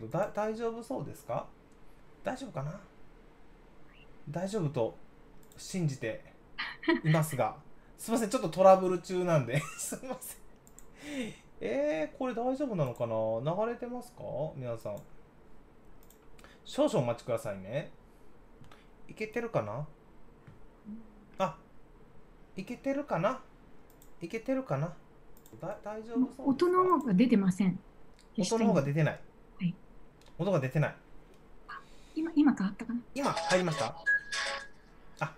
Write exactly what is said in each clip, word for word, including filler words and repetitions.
だ大丈夫そうですか？大丈夫かな？大丈夫と信じていますが、すいません、ちょっとトラブル中なんですいません。えー、これ大丈夫なのかな？流れてますか皆さん？少々お待ちくださいね。いけてるかな？あ、いけてるかないけてるかな？だ大丈夫そうです音か？ の方が出てません。消し音のたいんで。 方が出てない。 はい。 音が出てない。 あ、今、今変わったかな。 今入りました？あ、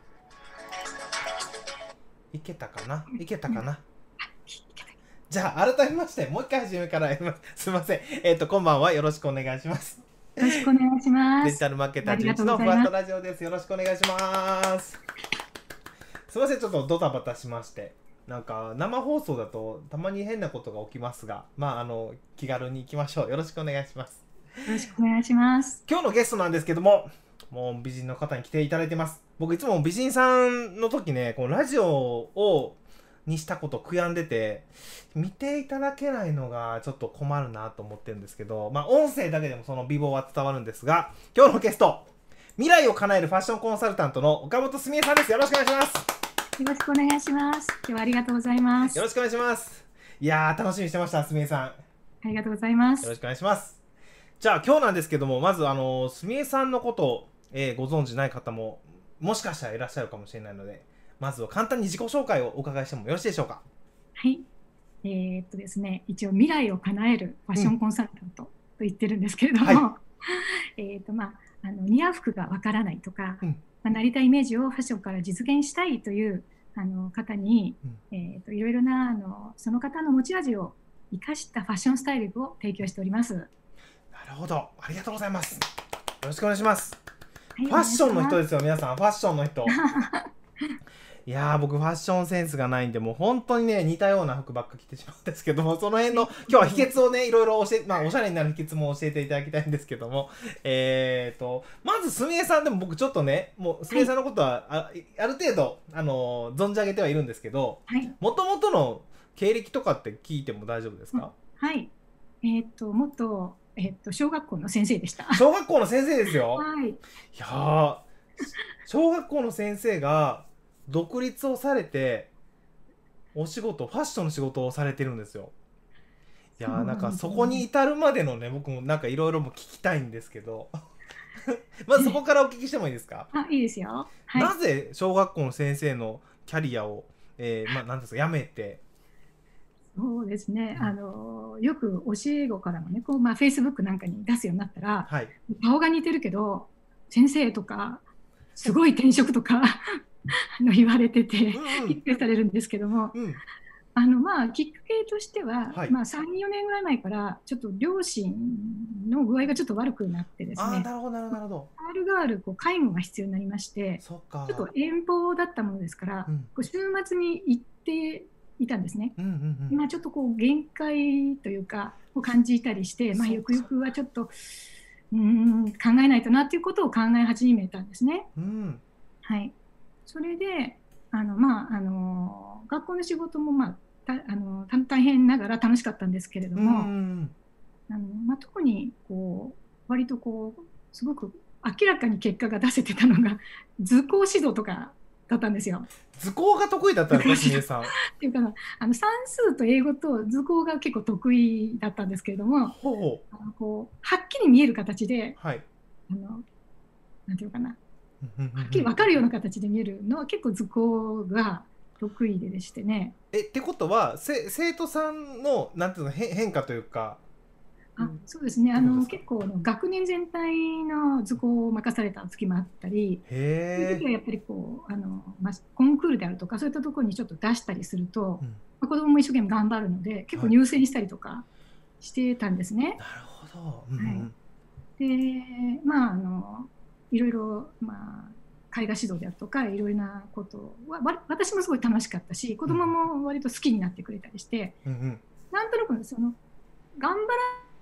いけたかな？いけたうん。あ、 かな？ いけた。よじゃあ改めましてもう一回初めからやります。すいません。えっ、とこんばんは、よろしくお願いします。 ろしくお願いしまデジタす。 ルマーケターありがとじゅういちのふわっとうございます。 ラジオです。よろしくお願いします。すいません、ちょっとドタバタしまして、なんか生放送だとたまに変なことが起きますが、まああの気軽に行きましょう。よろしくお願いします。 よろしくお願いします。 今日のゲストなんですけども、もう美人の方に来ていただいてます。僕いつも美人さんの時ね、このラジオをにしたこと悔やんでて、見ていただけないのがちょっと困るなと思ってるんですけど、まあ音声だけでもその美貌は伝わるんですが、今日のゲスト、未来を叶えるファッションコンサルタントの岡本すみえさんです。よろしくお願いします。 よろしくお願いします。今日はありがとうございます。 よろしくお願いします。いやー楽しみにしてました、すみえさん。 ありがとうございます。 よろしくお願いします。じゃあ今日なんですけども、まずあのすみえさんのことを、えーご存知ない方ももしかしたらいらっしゃるかもしれないので、まずは簡単に自己紹介をお伺いしてもよろしいでしょうか？ はい。えーっとですね、一応未来を叶えるファッうん。 ションコンサルタントと言ってるんですけれどはい。 も、えーっと、まあ、あの、似合う服がわからないとか、 うん。 まあ、なりたいイメージをファッションから実現したいというあの方に、 うん。 えーっと、いろいろなあのその方の持ち味を生かしたファッションスタイルを提供しております。はなるほど。ありがとうございます。よろしくお願いします。 い、お願いファッションのします。 人ですよ、皆さん。ファッションの人。いやー、僕ファッションセンスがないんで、もう本当にね、似たような服ばっか着てしまうんですけども、その辺の、今日は秘訣をね、いろいろ教え、まあ、おしゃれになる秘訣も教えていただきたいんですけども、えーと、まず、すみれさんでも僕ちょっとね、もう、すみれさんはい、 のことは、あある程度、あのー存じ上げてはいるんですけど、 はい、 もともとの経歴とかって聞いても大丈夫ですうん、 か？ はい。えーっと、元、えーっと、小学校の先生でした。 小学校の先生ですよ。 はい。 いやー、小学校の先生が独立をされて、お仕事、ファッションの仕事をされてるんですよ。いやそうーなんかなんですそこによね。 至るまでのね、僕もなんかいろいろも聞きたいんですけどまずそこからお聞きしてもいいですか？ あ、いいですよ。はい。 なぜ小学校の先生のキャリアを、えー、まあなんですか、辞めて、 そうですね。あうん、 の、よく教え子からもね、こう、まあ、Facebook なんかに出すようになったら、 はい、 顔が似てるけど、先生とか、すごい転職とかあの言われてて、 うんうんびっくりされるんですけども、 うん、 あの、まあ、きっかけとしては、 はい、 まあ、さん、よねんぐらい前から、ちょっと両親の具合がちょっと悪くなってですああ、 ね、 なるほどなるほどなるほど、 あるがあるこう介護が必要になりまして、 そっちょっとか、 遠方だったものですから、 うん、 こう週末に行っていたんですね。 うんうんうん、 まあ、ちょっとこう限界というか、を感じたりして、まあ、 そっゆくゆかそっか、 くはちょっと、うーん、考えないとなっていうことを考え始めたんですね。 うん、 はい。それで、あの、まあ、あの、学校の仕事も、まあ、たあのた大変ながら楽しかったんですけれどうんうも、 ん、 あの、まあ、特にこう割とこうすごく明らかに結果が出せてたのが図工指導とかだったんですよ。 図工が得意だったんですか、すみれさん？ っていうか、あの算数と英語と図工が結構得意だったんですけれども、 ほうほう、 あのこうはっきり見える形で、 はい、 あのなんていうかな、はうんうんうんっきりうん、 分かるような形で見えるのは結構図工が得意ででしてね。 えってことはせ生徒さんのなんていうの変変化というか、うん、っあ、そうですね。あのてことですか？ 結構の学年全体の図工を任された月もあったり、そういう時へえ、 はやっぱりこうあの、まあ、コンクールであるとかそういったところにちょっと出したりすると、 うん、 まあ、子どもも一生懸命頑張るので結構はい、 入選したりとかしてたんですね。 なるほど、うんうはい、 んで、まああのいろいろ、まあ、絵画指導であるとかいろいろなことはわ私もすごい楽しかったし、子うんどもも割と好きになってくれたりして、 うんうんなんとなくその頑張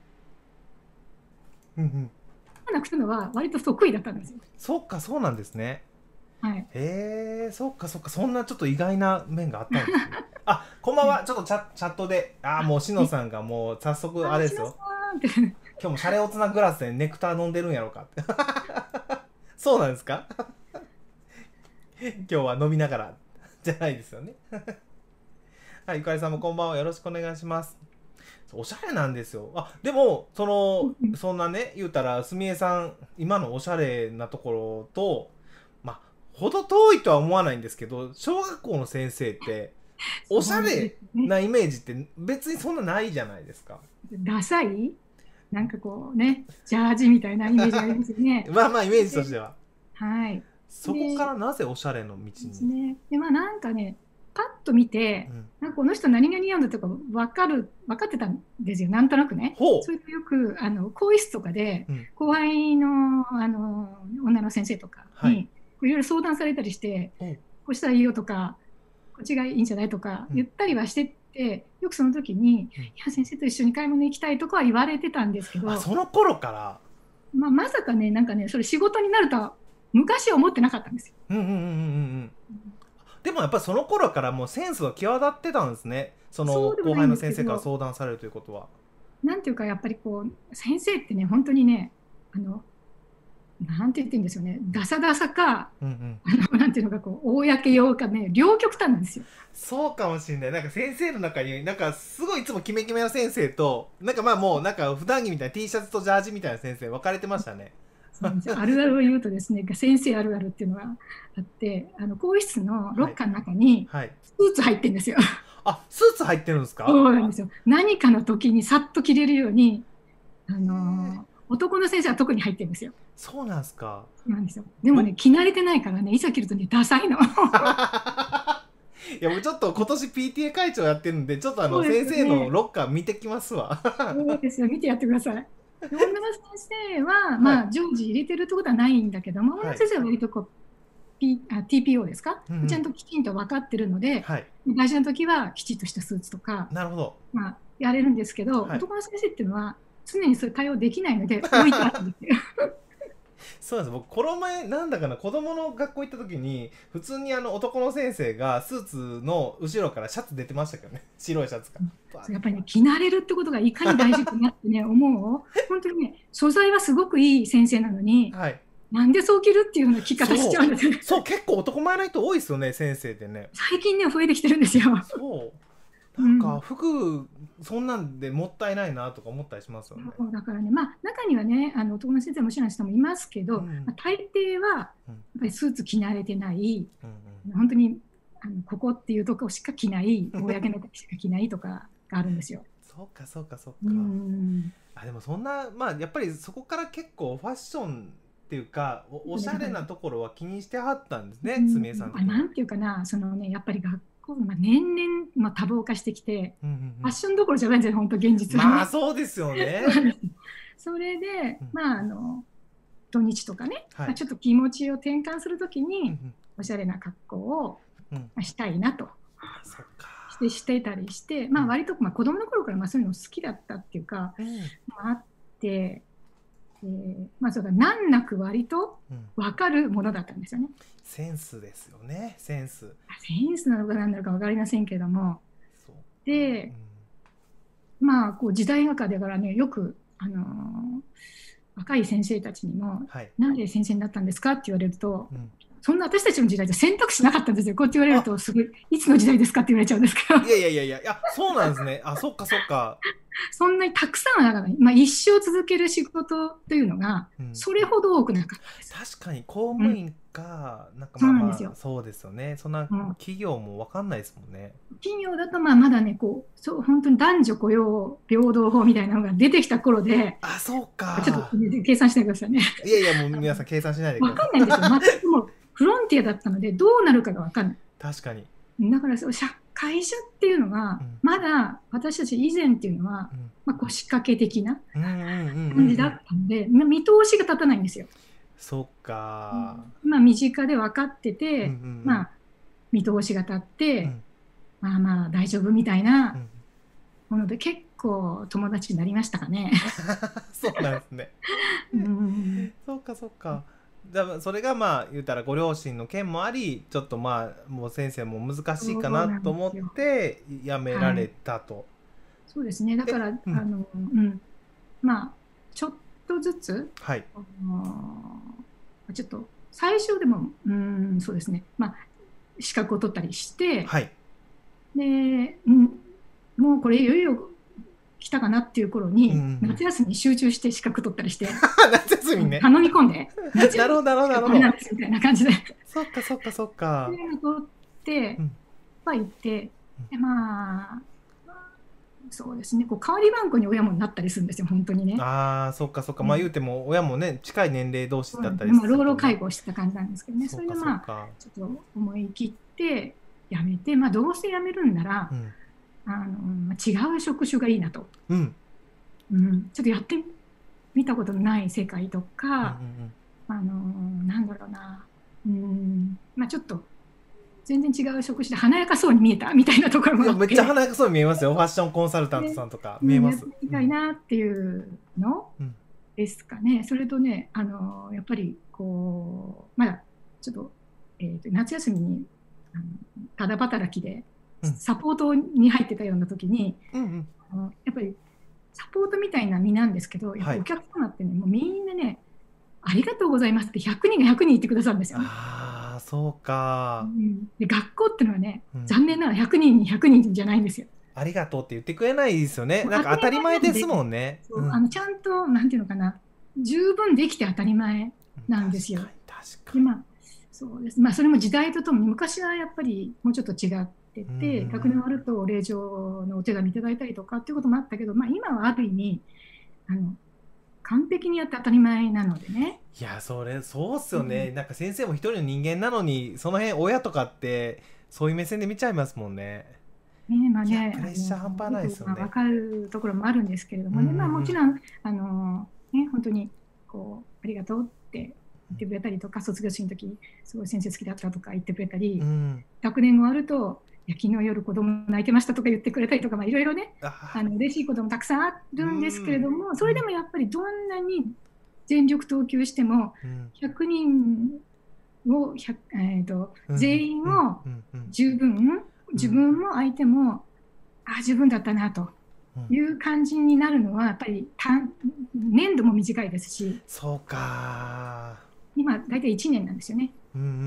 うんうん、 らなくてのは割と得意だったんですよ。 そっかそうなんですね。 はい。 へえ、そっかそっか、そんなちょっと意外な面があったんですね。あ、こんばんは。ちょっとチャチャットで、あーもうしのえ、 さんがもう早速ああ、しのされですよ。 んって今日もシャレオツなグラスでネクター飲んでるんやろうかってそうなんですか今日は飲みながらじゃないですよねはい、ゆかりさんもこんばんは、よろしくお願いします。おしゃれなんですよ。あ、でもそのそんなね、言うたらすみえさん今のおしゃれなところとまあほど遠いとは思わないんですけど、小学校の先生っておしゃれなイメージって別にそんなないじゃないですか。 ダサいなんかこうね、ジャージみたいなイメージありますよね。 まあまあイメージとしては。 はい。 そこからなぜおしゃれの道ですに。 ね。で、まあなんかね、パッと見て、 うん、 なんかこの人何が似合うんだとか分かる、分かってたんですよ、なんとなくね。 ほう。 それでよくあの更衣室とかで、 うん、 後輩のあの女の先生とかはいに、いろいろ相談されたりして、 おこうしたらいいよとか、こっちがいいんじゃないとか言ったりはしてって、よくその時に、 うん、 いや、先生と一緒に買い物行きたいとかは言われてたんですけど、 あ、その頃から。 まあ、まさかね、なんかね、それ仕事になるとは昔は思ってなかったんですよ。 うんうんうんうんうん。でもやっぱりその頃からもうセンスは際立ってたんですね。そのそうでも後輩のないんですけど先生から相談されるということは。 なんていうか、やっぱりこう、先生ってね、本当にね、あの、なんて言ってんですよね、ダサダサか、 うんうん、 あのなんていうのか、こう、公用かね、両極端なんですよ。 そうかもしれない。なんか先生の中になんかすごいいつもキメキメな先生と、なんかまあもうなんか普段着みたいな T シャツとジャージみたいな先生分かれてましたね。 そうなんですよ。あるあるを言うとですね、先生あるあるっていうのがあって、あの更衣室のロッカーの中にはい。 スーツ入ってるんですよ。 あ、スーツ入ってるんですか？ そうなんですよ。何かの時にさっと着れるように、あの男の先生は特に入ってるんですよ。 そうなんですか。 そうなんですよ。でもね、着慣れてないからね、いざ着るとね、ダサいの。 いやもうちょっと今年 ピーティーエー 会長やってるんで、ちょっとあのそうです先よね生のロッカー見てきますわ。 そうですよ、見てやってください。で女の先生は、まあ、常時入れてるってことはないんだけども、女の先生は割とこう、P、あ ティーピーオー ですか、 うんうん、 ちゃんときちんと分かってるので、 はい、 大事な時はきちっとしたスーツとか、 なるほど、 まあ、やれるんですけど、 はい、 男の先生っていうのは、常にそれ対応できないので、置いてあるんですよ。 そうなんです。僕この前なんだかな、子供の学校行った時に普通にあの男の先生がスーツの後ろからシャツ出てましたけどね、白いシャツが。 やっぱりね、着慣れるってことがいかに大事かなってね、思う。本当にね、素材はすごくいい先生なのに、 はい、 なんでそう着るっていうような着方しちゃうんですよね。 そう、そう結構男前の人多いですよね、先生ってね。 最近ね、増えてきてるんですよ。 そう。なんか服、そんなんでもったいないなとか思ったりしますよね。 そうだからね、まあ中にはね、あの男の先生も知らない人もいますけど、 うん、 まあ、大抵はやっぱりスーツ着慣れてない、 うんうん、本当にあのここっていうとこしか着ない、公の時しか着ないとかがあるんですよ。 そうかそうかそうか。 うん、 あでもそんなまあやっぱりそこから結構ファッションっていうか お, おしゃれなところは気にしてはったんですね、すみえさんあ。なんていうかな、そのね、やっぱり学校、まあ、年々、まあ、多忙化してきて、 うんうんうん、 ファッションどころじゃないんですよ、本当現実は、ね。 まあそうですよね。 それで、まああの土日とかね、 はい、 まあ、ちょっと気持ちを転換するときに、 うんうん、 おしゃれな格好を、 うんまあ、したいなと。 そっかしてしてたりして、まあ、割と、まあ、子供の頃からまあそういうの好きだったっていうか、 うん、 まあ、あって、えーまあ、そうだ難なく割と分かるものだったんですよね。 うん、センスですよね、センス。 センスなのか何なのか分かりませんけども。 そうで、うん、まあこう時代画家だからね、よく、あのー、若い先生たちにも、はい、なんで先生になったんですかって言われると、うん、そんな私たちの時代じゃ選択肢なかったんですよ。こうやって言われるとすごいいつの時代ですかって言われちゃうんですけど。 いやいやいやいやいや、そうなんですね。あ、そっかそっか。 そんなにたくさんはなかった、まあ、一生続ける仕事というのがそれほど多くなかったです。 うん、確かに公務員か、うん、なんかまあまあそうですよね。そんな企業も分かんないですもんね。 うん、企業だとまあまだねこうそう本当に男女雇用平等法みたいなのが出てきた頃で、 あ、そうか。 ちょっと計算してくださいね。 いやいやもう皆さん計算しないでください。 分かんないんですよ。全くもうフロンティアだったのでどうなるかが分かんない。 確かに。 だからそう会社っていうのが、うん、まだ私たち以前っていうのは、うん、まあ、腰掛け的な感じだったので、まあ、見通しが立たないんですよ。 そっか、 うん、まあ、身近で分かってて、うんうんうん、まあ、見通しが立って、うん、まあまあ大丈夫みたいなもので、結構友達になりましたかね。 そうなんですね。うん、そっかそっか。だそれがまあ言うたらご両親の件もあり、ちょっとまあもう先生も難しいかなと思って辞められたと。 そうですね。だから、うん、あの、うん、まあちょっとずつ、 はい、 あのちょっと最初でもうんそうですね、まあ、資格を取ったりして、 はい、 で、うん、もうこれいよいよ来たかなっていう頃に、 うんうんうん、 夏休みに集中して資格取ったりして夏休みね頼み込んで夏なるほどなるほどなるほこれなんど、 ですみたいな感じでそっかそっかそっか、 で取ってうん、 は行って、でまあそうですね、こう代わり番号に親もなったりするんですよ、本当にね。 ああ、そっかそっか、まあね、 言うても親もね近い年齢同士そうなんですね、 だったりすまあ、老老るとね。 介護をしてた感じなんですけどね、 そうかそれでまあそうか、 ちょっと思い切って辞めて、まあ、どうせ辞めるんなら、 うん、 あのまあ違う職種がいいなと、 うん、 うん、ちょっとやってみたことのない世界とうんうんうか、 ん、 あのなんだろうな、うん、まあ、ちょっと全然違う職種で華やかそうに見えたみたいなところいやもあって、 めっちゃ華やかそうに見えますよ。ファッションコンサルタントで、 さんとかうん、やっ見えます。 てみたいうん、 なっていうのうん、 ですかね。それとね、あのやっぱりこうまだちょっと、えーと、夏休みにあのただ働きでうん、 サポートに入ってたような時に、 うんうん、 あのやっぱりサポートみたいな身なんですけど、やっはい。 ぱお客様ってね、もうみんなね、ありがとうございますってひゃくにんがひゃくにん言ってくださるんですよね。 ああ、そううか。 ん、で学校っていうのはね、 うん。 残念ながらひゃくにんにひゃくにんじゃないんですよ。 ありがとうって言ってくれないですよね。 もう当たりなんか当たり前です前なんで、 もんね。 そうあうん。 のちゃんとなんていうのかな、十分できて当たり前なんですよ。 確かに確かでまあそうです、まあ、それも時代とともに昔はやっぱりもうちょっと違ってに。うんうて、学年終わるとお礼状のお手紙いただいたりとかっていうこともあったけど、まあ、今はある意味あの完璧にやって当たり前なのでね。 いや、それ、そうっすうん、 よね。なんか先生も一人の人間なのに、その辺親とかって、そういう目線で見ちゃいますもんね。 ねまあいや、 ね、 プレッあのシャー半端よないですよね。 くまあ分かるところもあるんですけれどうんうんうもね、まあ、もちん。 ろんあの、ね、本当にこうありがとうって言ってくれたりとか、卒業式の時すごい先生好きだったとか言ってくれたり、 うん。 学年が終わるといや昨日夜子供泣いてましたとか言ってくれたりとか、まあ、いろいろね、ああの嬉しいこともたくさんあー、うるんですけれん。 ども、それでうん。 もやっぱりどんなに全力投球してもうん。 ひゃくにんを、えーと、 うん。 全員うん。 をうん。うん。 十分、自うん。 分も相手もあ十分だったなとうん。 いう感じになるのはやっぱり年度も短いですし、 そうか今大体いちねんなんですよね。 ー。うんうんうんうん。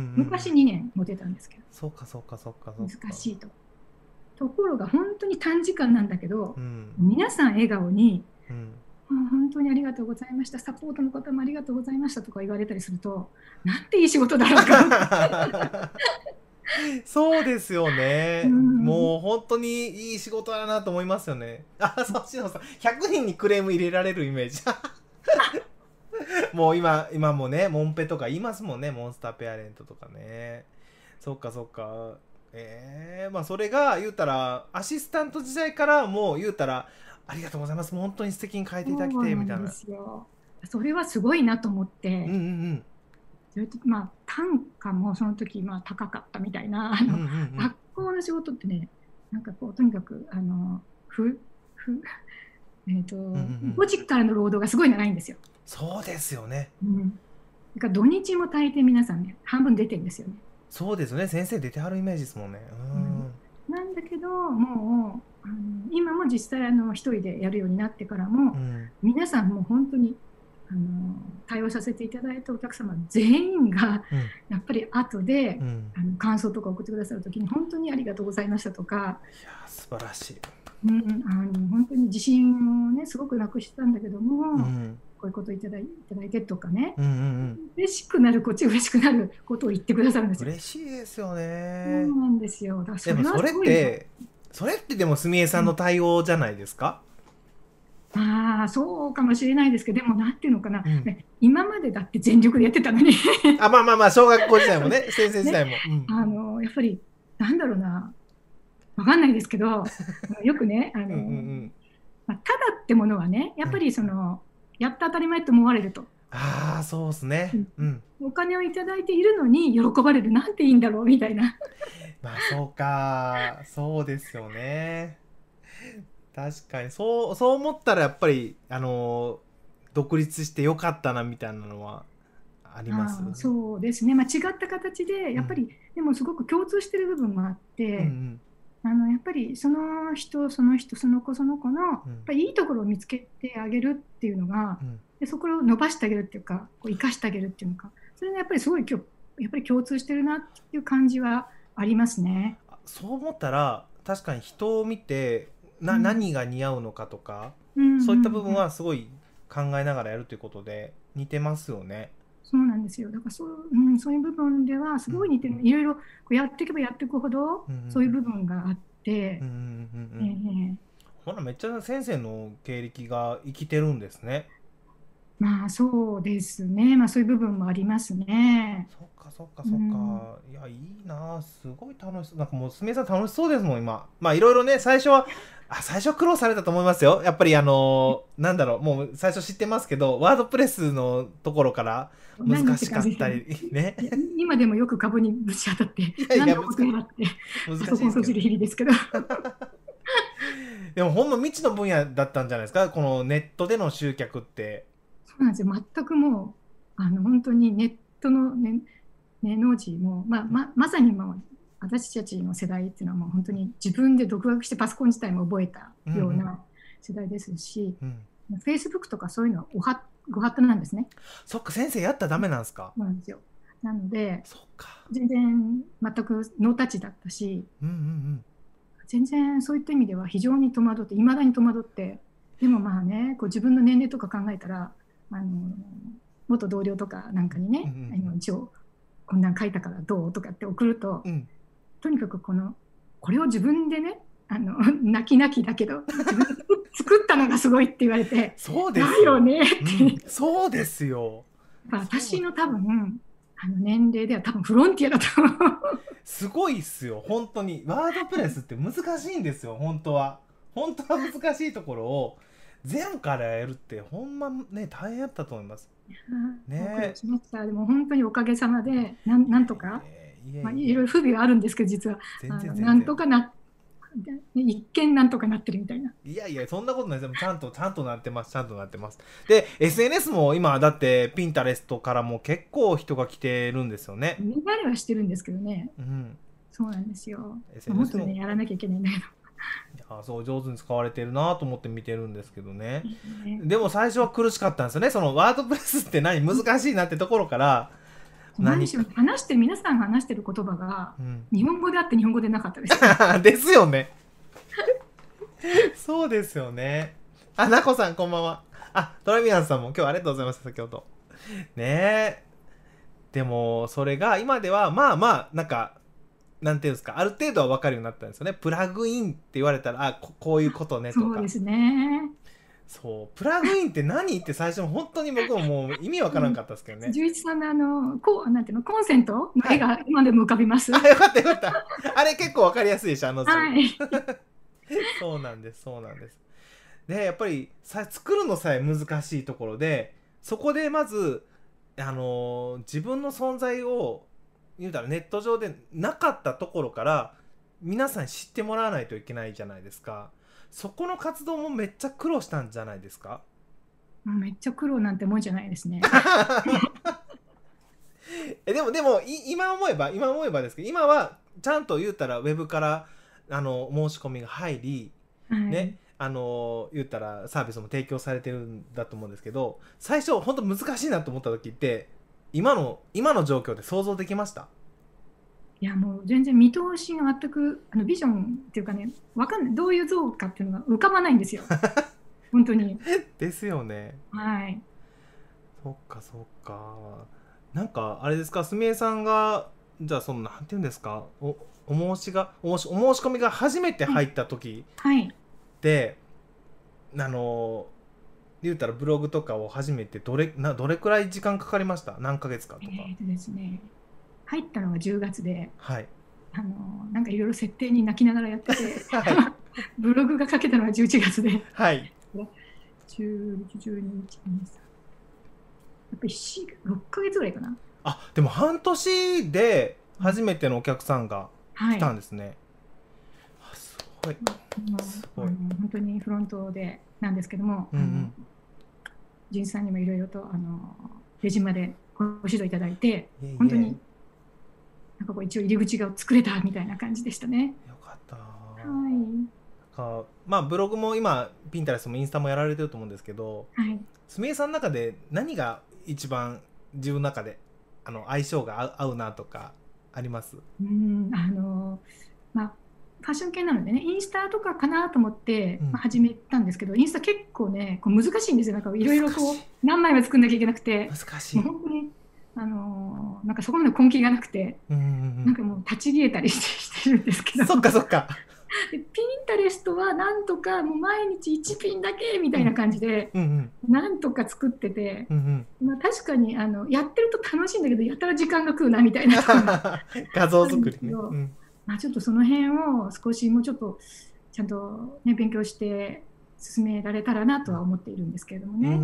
昔にねん持てたんですけどそうかそうかそうかそうか。 難しいと。ところが本当に短時間なんだけど、 うん。 皆さん笑顔にうん。 本当にありがとうございました、サポートの方もありがとうございましたとか言われたりすると、なんていい仕事だろうかそうですようね。 ん、 もう本当にいい仕事だなと思いますよね。あ、そう、しのさん、ひゃくにんにクレーム入れられるイメージ。もう今、今もね、モンペとか言いますもんね、モンスターペアレントとかね。そっかそっか。ええー、まあそれが言うたら、アシスタント時代からもう言うたら、ありがとうございます。もう本当に素敵に変えていただきて、 そうなんでみたいな。 すよ。それはすごいなと思っうんて、 うんそれとまあ、単価もその時まあ高かったみたいな、あうん。うんのうんうん。 学校の仕事ってね、なんかこう、とにかく、あのふふえーと、 うんうんうん。 ごじからの労働がすごい長いんですよ。 そうですよね。 うん、だから土日も大抵皆さんね、半分出てるんですよね。 そうですね。先生出てはるイメージですもんね。ううん、 ん。 なんだけど、もうあの今も実際あの一人でやるようになってからも、 うん。 皆さんもう本当にあの対応させていただいたお客様全員がうん。 やっぱり後で、 うん。 あの感想とか送ってくださるときに本当にありがとうございましたとか、 いやー、素晴らしい。 うん、あの本当に自信をねすごくなくしてたんだけども、 うん。 こういうことをいただい、いただいてとかね、 うんうんうん。 嬉しくなるこっち嬉しくなることを言ってくださるんですよ。 嬉しいですよそね。 うなんですよ。だからそれはでもそれっすごいな。 て、それってでもすみえさんの対応じゃないですか？ まあそうかもしれないですけど、でもなんていうのかな、 うん。 ね、今までだって全力でやってたのにあ、まあまあまあ、小学校時代もね、先生時ね、 代も。うん。 あのやっぱりなんだろうな、わかんないですけど、よくね、あうんうんうの、 ん。 まあ、ただってものはね、やっぱうん。 りそのやった当たり前と思われると。 ああ、そうですね。 うん、 うん。 お金をいただいているのに喜ばれるなんていいんだろうみたいな。 まあそうか。そうですよね。確かに。そう、そう思ったらやっぱり、あのー独立してよかったなみたいなのはあります。 ああそうですね、まあ、違った形でうん。 やっぱりでもすごく共通してる部分もあっうんうて、 ん。 あのやっぱりその人その人その子その子の、うん、やっぱりいいところを見つけてあげるっていうのが、うん、でそこを伸ばしてあげるっていうかこう生かしてあげるっていうのか、それがやっぱりすごい今日やっぱり共通してるなっていう感じはありますね。 そう思ったら確かに人を見てな、うん、何が似合うのかとか、 うん、 そういった部分はすごい考えながらやるということで似てますよね。 そうなんですよ。だからそう、うん、そういう部分ではすごい似てる、うん、いろいろこうやっていけばやっていくほど、うんうん、そういう部分があって、 ほらめっちゃ先生の経歴が生きてるんですね。 まあそうですね、まあそういう部分もありますね。 そっかそっかそっか、うん、いやいいな、すごい楽しそう。なんかもうすみれさん楽しそうですもん今。まあいろいろね、最初はあ最初は苦労されたと思いますよ。やっぱりあのー、なんだろう、もう最初知ってますけど、ワードプレスのところから難しかったりね。 今でもよく株にぶち当たって、いやいや難しい。難しいですけど。日々ですけど。 でもほんま未知の分野だったんじゃないですか、このネットでの集客って。 そうなんですよ。全くもうあの本当にネットのねね農地も、まあ、ま, まさにもう私たちの世代っていうのはもう本当に自分で独学してパソコン自体も覚えたような世代ですし、フェイスブックとかそういうのはおはご法度なんですね。 そっか、先生やったらダメなんですか。 そうなんですよ。なのでそっか、 全然全くノータッチだったし、うんうんうん、全然そういった意味では非常に戸惑って、いまだに戸惑って、でもまあね、こう自分の年齢とか考えたら、あの元同僚とかなんかにね、うんうん、あの一応こんなん書いたからどうとかって送ると、うん、とにかくこのこれを自分でね、あの泣き泣きだけど自分で作ったのがすごいって言われてそうですよ、 だよねって、うん、 そうですよ。 私の多分あの年齢では多分フロンティアだと思う。 すごいっすよ本当に。ワードプレスって難しいんですよ本当は。本当は難しいところをゼロからやるってほんまね大変だったと思います。 ね、しました。でも本当におかげさまでな ん, なんとか、まあ、いろいろ不備はあるんですけど実はあのなんとかな一見なんとかなってるみたいな。 いやいやそんなことないです。ちゃんとちゃんとなってますちゃんとなってます。で エスエヌエス も今だってピンタレストからも結構人が来てるんですよね。 みんなではしてるんですけどね、うん、そうなんですよ。もっとねやらなきゃいけないんだけど。 あそう上手に使われてるなと思って見てるんですけどね。でも最初は苦しかったんですよね。そのワードプレスって何難しいなってところから何しろ話して皆さんが話してる言葉が日本語であって日本語でなかったです、 うん、ですよね。そうですよね。あなこさんこんばんは。あトラミアンさんも今日はありがとうございました先ほどね。えでもそれが今ではまあまあなんかなんていうんですか、ある程度は分かるようになったんですよね。プラグインって言われたらあ こ, こういうことねとか。 そうですね。 そうプラグインって何って最初本当に僕ももう意味わからんかったですけどね。 じゅういちさんのあのこうなんていうのコンセントの絵が今でも浮かびます。 はい、あよかったよかった。あれ結構わかりやすいでしょあの、 はい、 そうなんですそうなんです。でやっぱりさ作るのさえ難しいところでそこでまずあのー、自分の存在を言うたらネット上でなかったところから皆さんに知ってもらわないといけないじゃないですか。そこの活動もめっちゃ苦労したんじゃないですか。 めっちゃ苦労なんてもんじゃないですね。 えでもでも今思えば今思えばですけど今はちゃんと言うたらウェブからあの申し込みが入り、はい、ねあの言ったらサービスも提供されてるんだと思うんですけど最初本当難しいなと思った時って今の今の状況で想像できました？ いやもう全然見通しが全くあのビジョンっていうかねわかんないどういう像かっていうのが浮かばないんですよ本当に。 ですよね。 はい。 そっかそっか。なんかあれですかすみれさんがじゃあそのなんていうんですか お, お申しがお申しお申し込みが初めて入った時って、はいはい、あの言ったらブログとかを始めてどれなどれくらい時間かかりました？何ヶ月かとか。 えーとですね入ったのがじゅうがつで、 はい、 あのなんかいろいろ設定に泣きながらやってて、はい、ブログが書けたのはじゅういちがつで、 はい、 じゅう、じゅうに、じゅうに、さんやっぱりろっかげつぐらいかな。 あでも半年で初めてのお客さんが来たんですね、はい、あすごい、 まあ、すごい本当にフロントでなんですけども、うんうん、仁さんにもいろいろとあのレジまでご指導いただいて、いえいえ本当になんかこう一応入り口が作れたみたいな感じでしたね。 よかった。 かまあブログも今ピンタレストもインスタもやられてると思うんですけど、 はい、 すみれさんの中で何が一番自分の中であの相性が合う、合うなとかあります？ うんあのまあファッション系なのでね、インスタとかかなと思って、まあ、始めたんですけど、うん、インスタ結構ねこう難しいんですよ。なんかいろいろこう何枚も作んなきゃいけなくて、 難しい。 もう本当にあのー、なんかそこまで根気がなくて、うんうんうん、なんかもう立ち消えたりしてるんですけど。 そっかそっか。 でピンタレストはなんとかもう毎日いちピンだけみたいな感じで、うんうん、なんとか作ってて、うんうん、まあ、確かにあのやってると楽しいんだけどやったら時間が食うなみたいな画像作りね、 うん、まあ、ちょっとその辺を少しもうちょっとちゃんと、ね、勉強して進められたらなとは思っているんですけれどもね。うん、うん、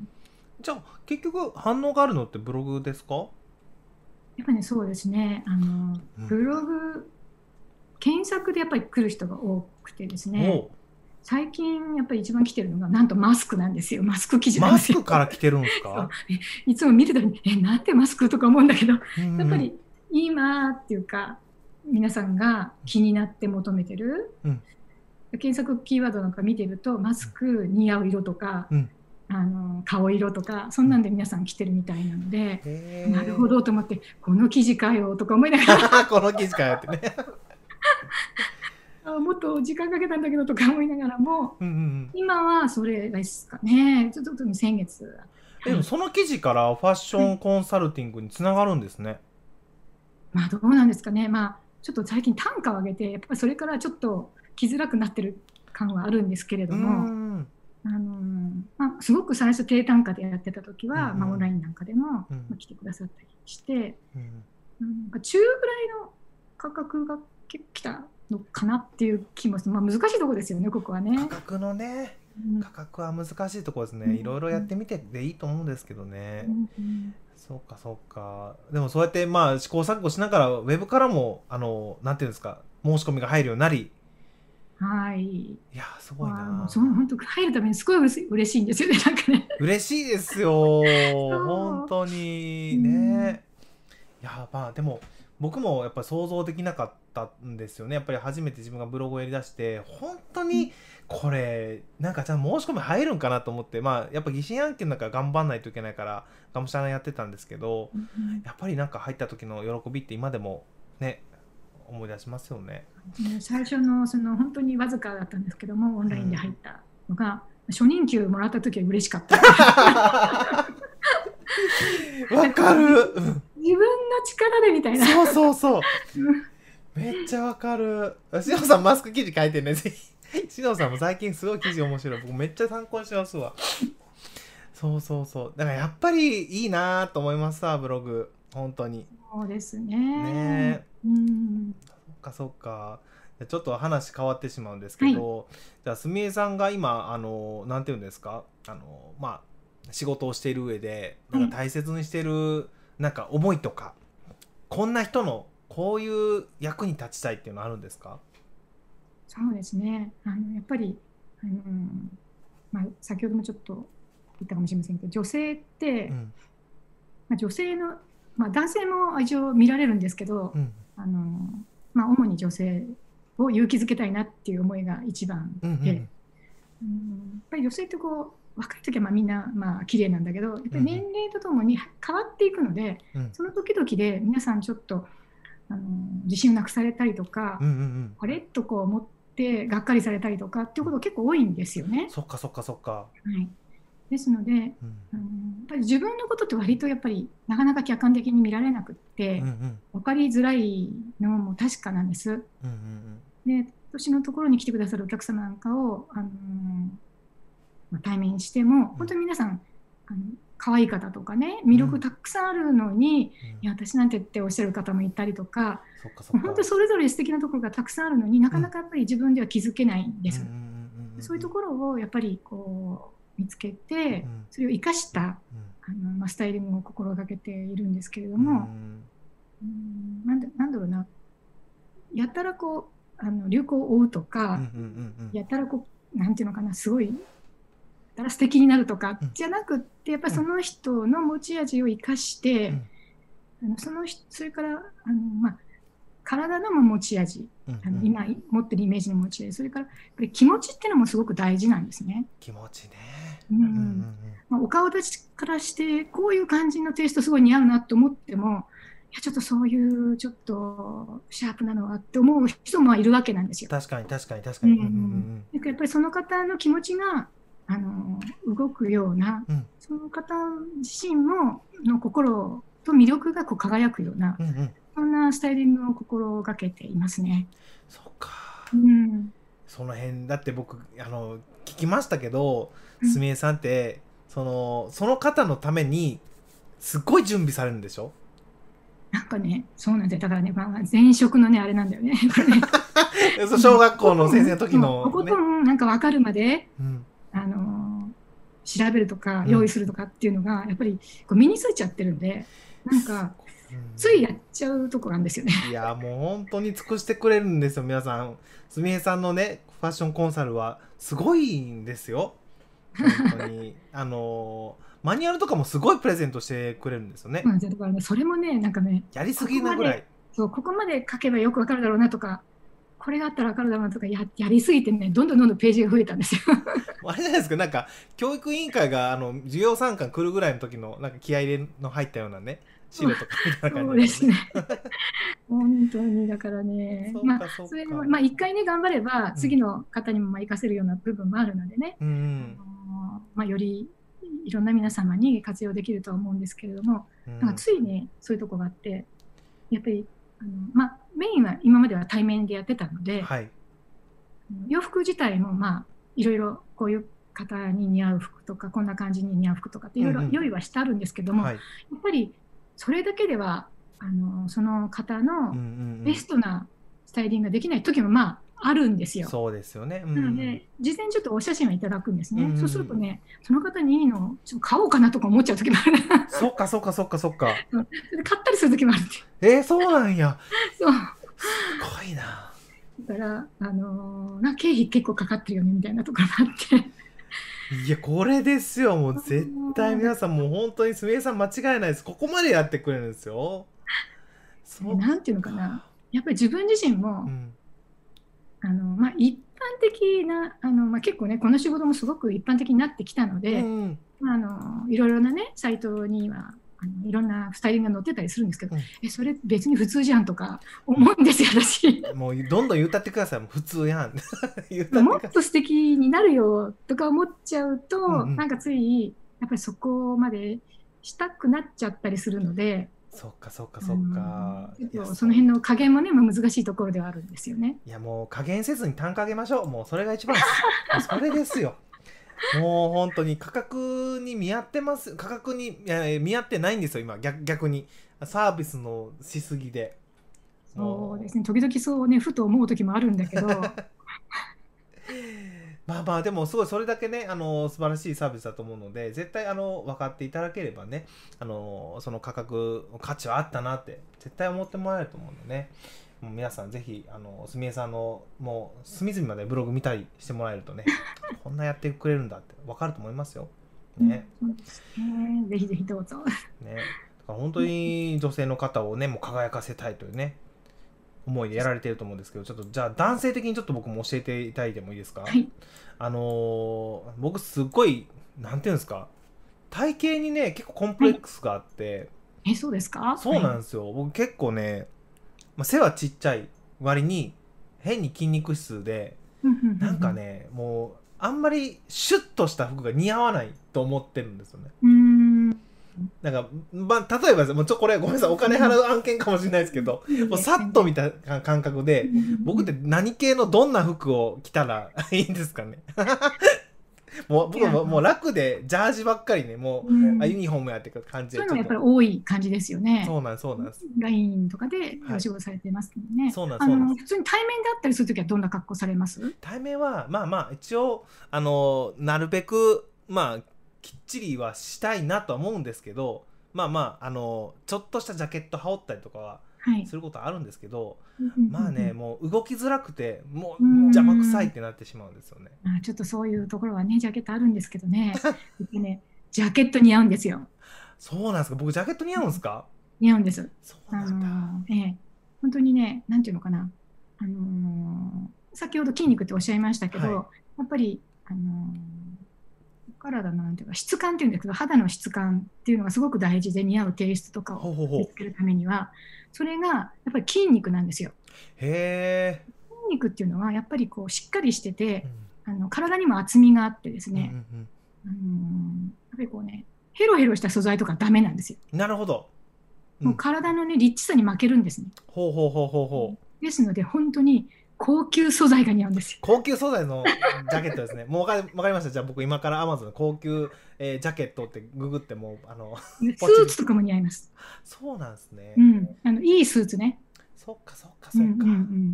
じゃあ結局反応があるのってブログですか？ やっぱりね、そうですね、あのブログ、うん、検索でやっぱり来る人が多くてですね、最近やっぱり一番来てるのがなんとマスクなんですよ。マスク記事なんですよ。 マスクから来てるんですか？ いつも見るたびにえなんでマスクとか思うんだけど、うん、やっぱり今っていうか皆さんが気になって求めてる、うん、検索キーワードなんか見てるとマスク似合う色とか、うん、あの顔色とかそんなんで皆さん来てるみたいなので、うん、なるほどと思ってこの記事かよとか思いながらこの記事かよってねもっと時間かけたんだけどとか思いながらも、うんうんうん、今はそれですかね。ちょっと先月、 でもその記事からファッションコンサルティングにつながるんですね。はい、 まあどうなんですかね。まあちょっと最近単価を上げてやっぱりそれからちょっと来づらくなってる感はあるんですけれども、あのまあ、すごく最初低単価でやってた時は、うん、まあ、オンラインなんかでも、うんまあ、来てくださったりして、うん、なんか中ぐらいの価格が来たのかなっていう気もする。まあ、難しいところですよね、ここはね。 価格のね、うん、価格は難しいところですね、うん、いろいろやってみてでいいと思うんですけどね、うんうん、そうかそうか。でもそうやってまあ試行錯誤しながらウェブからもあのなんていうんですか申し込みが入るようになり、 はい、いやすごいな。 その本当入るためにすごい嬉しいんですよね。なんかね嬉しいですよ本当にね、うん、いやまあでも僕もやっぱり想像できなかったんですよね。やっぱり初めて自分がブログをやりだして本当にこれなんかちゃんと申し込み入るんかなと思って、まあやっぱ疑心暗鬼の中頑張んないといけないからがむしゃらやってたんですけど、うん、やっぱりなんか入った時の喜びって今でもね思い出しますよね。 最初のその本当にわずかだったんですけどもオンラインで入ったのが、うん、初任給もらった時は嬉しかったわかる自分の力でみたいな。 そうそうそうめっちゃわかる。しのさんマスク記事書いてねぜひしのさんも最近すごい記事面白い。僕めっちゃ参考にしてますわそうそうそうだからやっぱりいいなと思いますわブログ本当に。 そうですね。 ねうんそっかそっか。ちょっと話変わってしまうんですけど、はい、じゃあすみれさんが今あのなんていうんですかあのまあ仕事をしている上でなんか大切にしているなんか思いとか、はい、こんな人のこういう役に立ちたいっていうのはあるんですか？ そうですねあのやっぱりあの、まあ、先ほどもちょっと言ったかもしれませんけど女性って、うんまあ、女性の、まあ、男性も一応見られるんですけど、うんあのまあ、主に女性を勇気づけたいなっていう思いが一番で、うんうんうん、やっぱり女性ってこう若い時はまあみんなまあ綺麗なんだけどやっぱり年齢とともに変わっていくので、うん、その時々で皆さんちょっとあの自信をなくされたりとか、うんうんうん、あれっとこう思ってがっかりされたりとかっていうことが結構多いんですよね。 そっかそっかそっか、 はい、ですので、うん、あのやっぱり自分のことって割とやっぱりなかなか客観的に見られなくって、うんうん、分かりづらいのも確かなんです、うんうんうん、で私のところに来てくださるお客様なんかを、あのまあ、対面しても本当に皆さん、うん、あの可愛い方とかね魅力たくさんあるのに、うん、いや私なんてっておっしゃる方もいたりとか、そっかそっか本当にそれぞれ素敵なところがたくさんあるのになかなかやっぱり自分では気づけないんです、うんうんうん、そういうところをやっぱりこう見つけて、うん、それを生かした、うん、あのまあ、スタイリングを心がけているんですけれども、うんうん、なんだ、なんだろうなやたらこうあの流行を追うとか、うんうんうんうん、やたらこうなんていうのかなすごい素敵になるとかじゃなくってやっぱりその人の持ち味を生かして、うん、あのそのそれからあの、まあ、 体のも持ち味、うんうん、あの今持ってるイメージの持ち味、それからやっぱり気持ちっていうのもすごく大事なんですね。 気持ちね。 うんうんうんまあ、お顔立ちからしてこういう感じのテイストすごい似合うなと思っても、いやちょっとそういうちょっとシャープなのはって思う人もいるわけなんですよ。 確かに確かに確かに。 やっぱりその方の気持ちがあの動くような、うん、その方自身もの心と魅力がこう輝くような、うんうん、そんなスタイリングを心がけていますね。 そっか、 うん、 その辺だって僕あの聞きましたけど、すみえさんって、うん、そのその方のためにすっごい準備されるんでしょ？ なんかね、そうなんだよ。だからね、まあ、前職のねあれなんだよね。 小学校の先生の時の、 ね、とことんなんか分かるまで、うん、あの調べるとか用意するとかっていうのが、うん、やっぱりこう身についちゃってるんで、なんか、うん、ついやっちゃうとこなんですよね。 いやもう本当に尽くしてくれるんですよ皆さん。すみえさんのねファッションコンサルはすごいんですよ本当にあのマニュアルとかもすごいプレゼントしてくれるんですよね。 うん、だからねそれもねなんかねやりすぎなぐらい、 そうここまで書けばよくわかるだろうなとか、これがあったらわかるだろうなとか や, やりすぎてね、どんどんどんどんページが増えたんですよあれじゃないですか、なんか教育委員会があの授業参観来るぐらいの時のなんか気合い入れの入ったようなね資料とかみたいな感じですね。 そうですね本当にだからね、まあそれもまあ一回ね頑張れば次の方にもまあ活かせるような部分もあるのでね、うん、あのまあ、よりいろんな皆様に活用できるとは思うんですけれども、うん、なんかついねそういうとこがあって、やっぱりあの、まあ、メインは今までは対面でやってたので、はい、洋服自体もまあいろいろこういう方に似合う服とかこんな感じに似合う服とかっていろいろ用意はしてあるんですけども、うんうん、やっぱりそれだけではあのその方のベストなスタイリングができない時もまああるんですよ。 そうですよね、うん、 なので事前にちょっとお写真をいただくんですね、うん、そうするとねその方にいいのちょっと買おうかなとか思っちゃう時もあるそっかそっかそっかそっかそれで買ったりする時もあるってえー、そうなんやそうすごいな。 だからあのー、な経費結構かかってるよねみたいなところがあっていやこれですよ、もう絶対皆さんもう本当にすみえさん間違いないです。ここまでやってくれるんですよ。 そうなんていうのかな、やっぱり自分自身も、うん、あのまあ、一般的なあの、まあ、結構ねこの仕事もすごく一般的になってきたので、うん、まあ、あのいろいろなねサイトにはあのいろんなスタイリングが載ってたりするんですけど、うん、えそれ別に普通じゃんとか思うんですよ私。 もうどんどん言ったってください、もう普通やん言ったってもっと素敵になるよとか思っちゃうと、うんうん、なんかついやっぱりそこまでしたくなっちゃったりするので。 そっかそっかそっか、 うん、その辺の加減もね、まあ、難しいところではあるんですよね。 いやもう加減せずに単価上げましょう、もうそれが一番ですそれですよ。もう本当に価格に見合ってます、価格にいや見合ってないんですよ今、 逆, 逆にサービスのしすぎで。 そうですね、時々そうねふと思う時もあるんだけどまあまあでもすごいそれだけねあの素晴らしいサービスだと思うので、絶対あの分かっていただければね、あのその価格価値はあったなって絶対思ってもらえると思うのでね、もう皆さんぜひあのすみえさんのもう隅々までブログ見たりしてもらえるとねこんなやってくれるんだって分かると思いますよね。 そうですね、ぜひぜひどうぞね。だから本当に女性の方をねもう輝かせたいというね思いでやられていると思うんですけど、ちょっとじゃあ男性的にちょっと僕も教えていただいてもいいですか？はい、あのー、僕すっごいなんていうんですか、体型にね結構コンプレックスがあって、 はい、えそうですか？ そうなんですよ、はい、僕結構ね、まあ、背はちっちゃい割に変に筋肉質でなんかねもうあんまりシュッとした服が似合わないと思ってるんですよね。うーんなんか、まあ、例えばもうちょこれごめんなさいお金払う案件かもしれないですけど、うん、もうさっと見た感覚で、うん、僕って何系のどんな服を着たらいいんですかねもう僕ももう楽でジャージばっかりねもう、うん、ユニフォームやって感じで、 そういうのがやっぱり多い感じですよね。 そうなんそうなんです。 ラインとかでお仕事されてますもんね、はい、 そうなんそうなん普通に対面であったりするときはどんな格好されます？ 対面はまあまあ一応あのなるべくまあきっちりはしたいなとは思うんですけど、まあまああのちょっとしたジャケット羽織ったりとかはすることはあるんですけど、はい、まあねもう動きづらくてもう邪魔くさいってなってしまうんですよね。 あちょっとそういうところはねジャケットあるんですけどねねジャケット似合うんですよ。 そうなんですか？僕ジャケット似合うんですか？ 似合うんです。 そうなんだ、 あの、ええ、 本当にね、なんていうのかな、あのー、先ほど筋肉っておっしゃいましたけど、はい、やっぱり、あのー、体のなんていうか質感っていうんですけど、肌の質感っていうのがすごく大事で、似合うテイストとかを見つけるためには、それがやっぱり筋肉なんですよ。 へー。 筋肉っていうのはやっぱりこうしっかりしてて、うん、あの体にも厚みがあってですね、うんうんうん、やっぱりこうね、ヘロヘロした素材とかダメなんですよ。 なるほど。 うん、もう体のね、リッチさに負けるんですね。 ほうほうほうほうほう。ですので、本当に高級素材が似合うんですよ。 高級素材のジャケットですね。もう分かり、分かりました。じゃあ僕今から Amazon の高級、えー、ジャケットってググってもあのスーツとかも似合います。 そうなんですね。 うん、あのいいスーツね。 そっかそっかそっか。うんうんうん、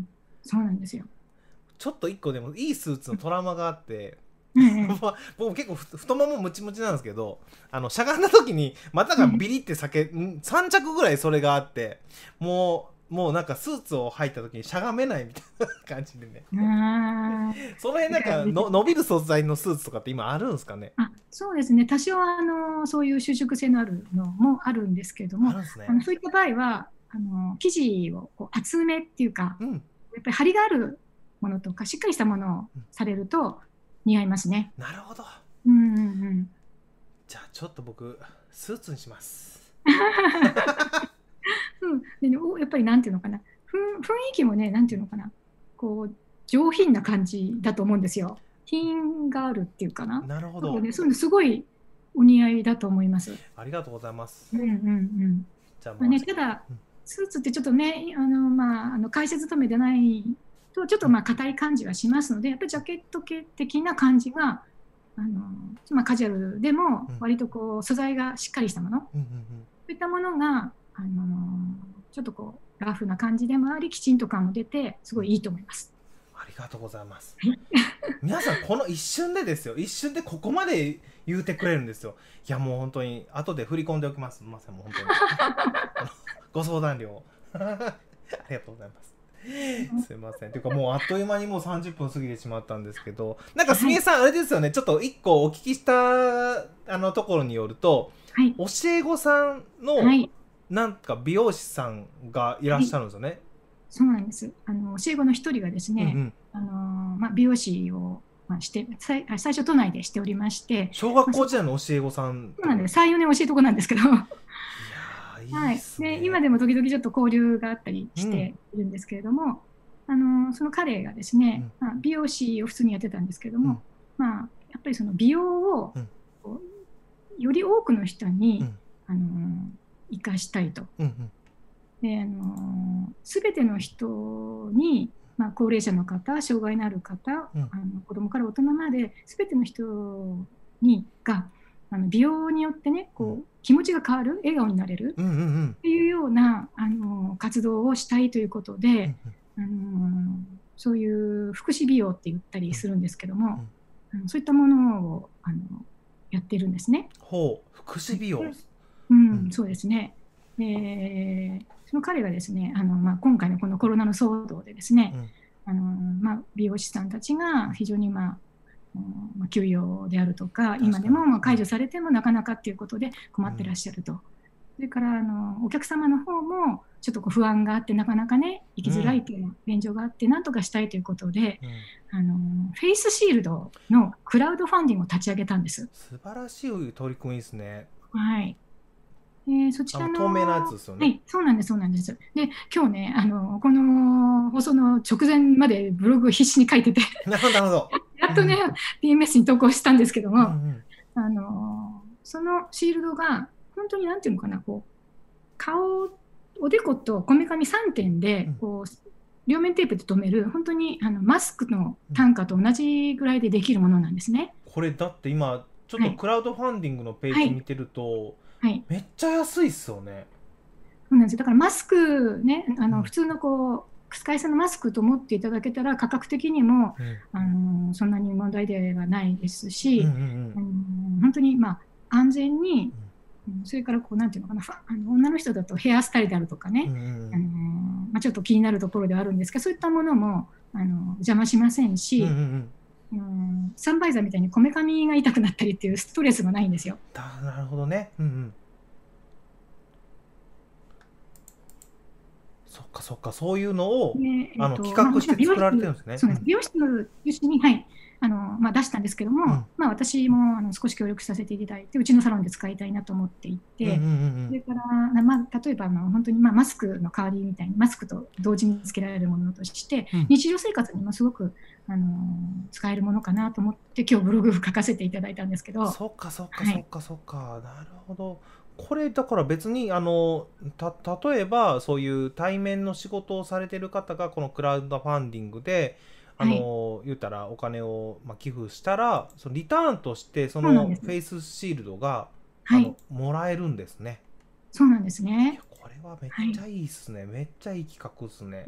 そうなんですよ。 ちょっと一個でもいいスーツのトラウマがあって。 うん、 僕結構太ももムチムチなんですけど、あのしゃがんだ時に股がビリって裂け、うん、さん着ぐらいそれがあって、もうもうなんかスーツを履いた時にしゃがめないみたいな感じでね。その辺なんかの伸びる素材のスーツとかって今あるんですかね。 あ、そうですね。多少あのそういう収縮性のあるのもあるんですけれども、あるんですね。あのそういった場合はあの生地をこう厚めっていうか、うん、やっぱり張りがあるものとかしっかりしたものをされると似合いますね。 なるほど。 うんうんうん。 じゃあちょっと僕スーツにします。 うん、でね、やっぱりなんていうのかな、ふん雰囲気もね、なんていうのかな、こう上品な感じだと思うんですよ。品があるっていうかな。 なるほど。 ね、そういうのすごいお似合いだと思います。 ありがとうございます。 うんうんうん。じゃあまあね、ただ、うん、スーツってちょっとね、あのまああの会社勤めでないとちょっとまあ硬い感じはしますので、やっぱりジャケット系的な感じが。あのまあ、カジュアルでも割とこう素材がしっかりしたもの、うんうんうん、そういったものが、あのちょっとこうラフな感じでもありきちんと感も出てすごいいいと思います。 ありがとうございます。皆さんこの一瞬でですよ、一瞬でここまで言うてくれるんですよ。いやもう本当に後で振り込んでおきます。まさに本当にご相談料ありがとうございます。すいません。というかもうあっという間にもうさんじゅっぷん過ぎてしまったんですけど、なんかすみえさん、はい、あれですよね、ちょっと一個お聞きしたあのところによると、はい、教え子さんの、はい、なんか美容師さんがいらっしゃるんですよね。はい、 そうなんです。あの教え子の一人がですね、うんうん、あのまあ、美容師を、まあ、して最最初都内でしておりまして、 小学校時代の教え子さん、 そうなんです。さん、よねん教えとこなんですけど。いいはい、で今でも時々ちょっと交流があったりしているんですけれども、うん、あのその彼がですね、うん、まあ、美容師を普通にやってたんですけれども、うん、まあ、やっぱりその美容を、うん、より多くの人に、うん、あの生かしたいと。うんうん、であの全ての人に、まあ、高齢者の方、障害のある方、うん、あの子どもから大人まで全ての人にがあの美容によってねこう、うん、気持ちが変わる、笑顔になれる、うんうんうん、っていうようなあの活動をしたいということで、うんうん、あのそういう福祉美容って言ったりするんですけども、うんうん、そういったものをあのやってるんですね。 ほう、福祉美容、 うん、うん、そうですね。でその彼がですねあの、まあ、今回のこのコロナの騒動でですね、うん、あのまあ、美容師さんたちが非常にまあまあ、休養であるとか今でも解除されてもなかなかっていうことで困ってらっしゃると、うん、それからあのお客様の方もちょっとこう不安があってなかなかね行きづらいという現状があって何とかしたいということで、うん、あのフェイスシールドのクラウドファンディングを立ち上げたんです。 素晴らしい取り組みですね。 はい。えー、そちらの透明なやつですよね。 はい、そうなんです、そうなんです。で、今日ね、あのこの放送の直前までブログを必死に書いててなるほど、なるほど。 やっとね、うん、ピーエムエス に投稿したんですけども、うんうん、あのそのシールドが本当になんていうのかな、こう顔、おでことこめかみさんてんでこう、両面テープで留める本当にあのマスクの単価と同じぐらいでできるものなんですね。 これだって今ちょっとクラウドファンディングのページ見てると、はいはい、めっちゃ安いっすよね。 そうなんですよ。だからマスクね、あの、うん、普通のこう使い捨てのマスクと思っていただけたら価格的にも、うん、あのそんなに問題ではないですし、うんうんうん、本当にまあ安全に、うん、それからこうなんていうのかな、あの女の人だとヘアスタイルであるとかね、うんうん、あのまあ、ちょっと気になるところではあるんですけど、そういったものもあの邪魔しませんし、うんうんうん、サンバイザーみたいにこめかみが痛くなったりっていうストレスがないんですよ。 なるほどね。うんうん、そっかかそっか、そういうのを、 であの、企画して作られてるんですね。 そうです。美容室の友人に、はい、あの、まあ、出したんですけども、 うん、 まあ、私も、あの、少し協力させていただいて、うちのサロンで使いたいなと思っていて、それから、まあ、例えば、あの、本当に、まあ、マスクの代わりみたいに、マスクと同時につけられるものとして、うん、日常生活にもすごく、あの、使えるものかなと思って、今日ブログ書かせていただいたんですけど。 そっかそっかそっかそっか、はい、なるほど。これだから別にあのた例えばそういう対面の仕事をされてる方がこのクラウドファンディングであの、はい、言ったらお金を、まあ、寄付したらそのリターンとしてそのフェイスシールドが、はい、あのもらえるんですね。 そうなんですね。 これはめっちゃいいっすね、はい、めっちゃいい企画っすね。 うん、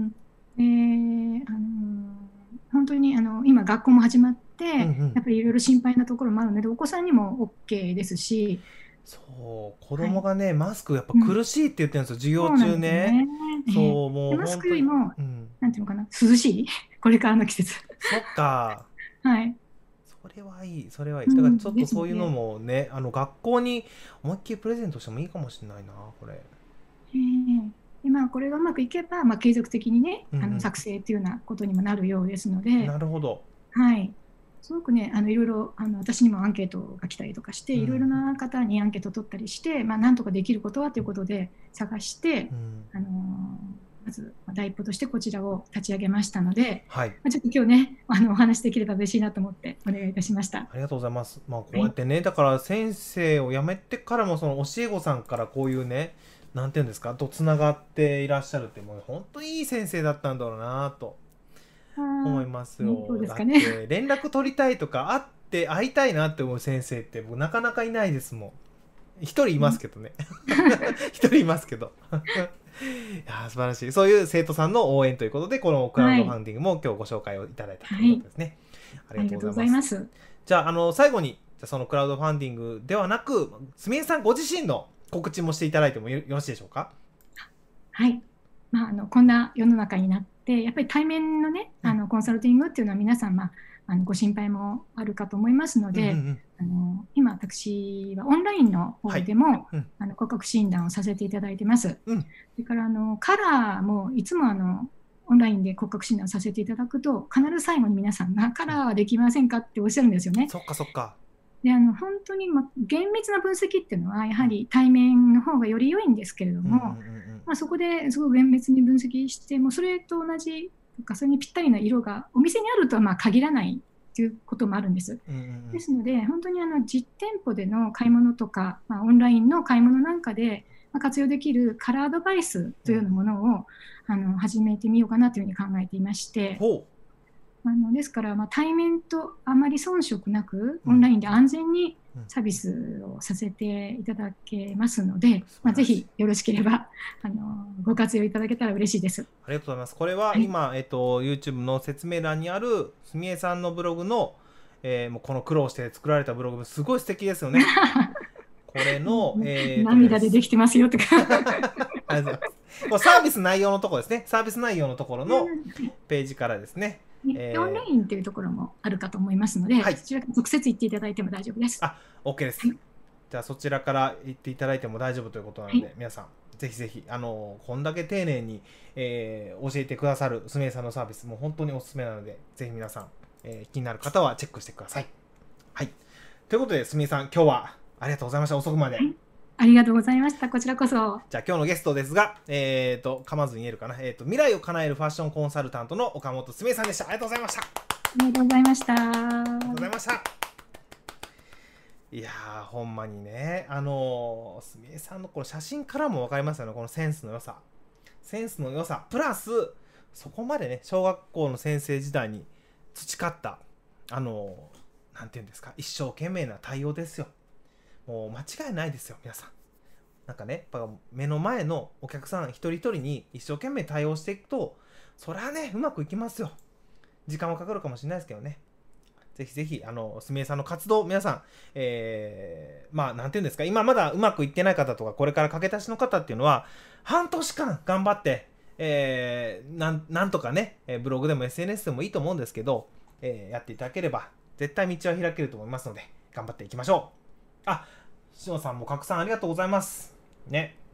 えー、あの本当にあの今学校も始まって、うんうん、やっぱりいろいろ心配なところもあるのでお子さんにも OK ですし。 そう子供がね、はい、マスクやっぱ苦しいって言ってるんですよ、授業中ね。そう、もうマスクよりも、うん、なんていうのかな、涼しいこれからの季節。 そっか。 はい。 それはいい、それはいい。だからちょっとそういうのもね、うん、あの学校に思いっきりプレゼントしてもいいかもしれないな、これ。 えーでまあ、これがうまくいけば、まあ、継続的にね、うんうん、あの作成というようなことにもなるようですので。 なるほど。 はい。すごくね、あのいろいろあの私にもアンケートが来たりとかして、うん、いろいろな方にアンケートを取ったりして、まあ、なんとかできることはということで探して、うん、あのまず第一歩としてこちらを立ち上げましたので、はい、まあ、ちょっと今日ねあのお話できれば嬉しいなと思ってお願いいたしました。ありがとうございます。まあ、こうやってね、はい、だから先生を辞めてからもその教え子さんからこういうね、なんていうんですかとつながっていらっしゃるってもう本当にいい先生だったんだろうなと思いますよ。 そうですかね。 だって連絡取りたいとか会って会いたいなって思う先生って僕なかなかいないですもん。一人いますけどね。一人いますけど。いや素晴らしい。そういう生徒さんの応援ということでこのクラウドファンディングも今日ご紹介をいただいたということですね。はい、ありがとうございます。ますじゃあ、あの最後にそのクラウドファンディングではなくすみえさんご自身の告知もしていただいてもよろしいでしょうか。 はい。まあ、あのこんな世の中になってやっぱり対面のねあのコンサルティングっていうのは皆さん、まあ、あのご心配もあるかと思いますので、うんうんうん、あの今私はオンラインの方でも、はいうん、あの骨格診断をさせていただいてます。うん、それからあのカラーもいつもあのオンラインで骨格診断させていただくと必ず最後に皆さんがカラーはできませんかっておっしゃるんですよね。 そっかそっか。 であの本当に、ま、厳密な分析っていうのはやはり対面の方がより良いんですけれども、うんうんうんまあ、そこですごく厳密に分析してもそれと同じとかそれにぴったりな色がお店にあるとはまあ限らないということもあるんです。うんうんうん、ですので本当にあの実店舗での買い物とか、まあ、オンラインの買い物なんかで活用できるカラーアドバイスというようなものを、うん、あの始めてみようかなというふうに考えていまして。あのですから、まあ、対面とあまり遜色なくオンラインで安全にサービスをさせていただけますので、うんまあ、ぜひよろしければあのご活用いただけたら嬉しいです。 ありがとうございます。これは今、はいえっと、YouTube の説明欄にあるすみえさんのブログの、えー、もうこの苦労して作られたブログすごい素敵ですよね。これの、 えー、涙でできてますよとかありがとうございます。サービス内容のところですね。サービス内容のところのページからですね。 えー、オンラインというところもあるかと思いますので、はい、そちらから直接行っていただいても大丈夫です。 あ、OK です。はい、じゃあそちらから行っていただいても大丈夫ということなので、はい、皆さんぜひぜひあのこんだけ丁寧に、えー、教えてくださるすみえさんのサービスも本当におすすめなので、ぜひ皆さん、えー、気になる方はチェックしてください。はい。ということで、すみえさん今日はありがとうございました。遅くまで。はいありがとうございました。こちらこそ。 じゃあ今日のゲストですが、えっ、ー、と、噛まずに言えるかな。えっ、ー、と、未来を叶えるファッションコンサルタントの岡本すみえさんでした。ありがとうございました。ありがとうございました。ありがとうございました。いやー、ほんまにね、あのー、すみえさんのこの写真からも分かりますよね。このセンスの良さ。センスの良さ。プラス、そこまでね、小学校の先生時代に培った、あのー、なんていうんですか、一生懸命な対応ですよ。もう間違いないですよ、皆さん。なんかね、やっぱ目の前のお客さん一人一人に一生懸命対応していくと、そりゃね、うまくいきますよ。時間はかかるかもしれないですけどね。ぜひぜひ、あの、すみえさんの活動、皆さん、えー、まあ、なんていうんですか、今まだうまくいってない方とか、これから駆け出しの方っていうのは、半年間頑張って、えー、なん、なんとかね、ブログでも エスエヌエス でもいいと思うんですけど、えー、やっていただければ、絶対道は開けると思いますので、頑張っていきましょう。あ、しのさんも拡散ありがとうございます。ね。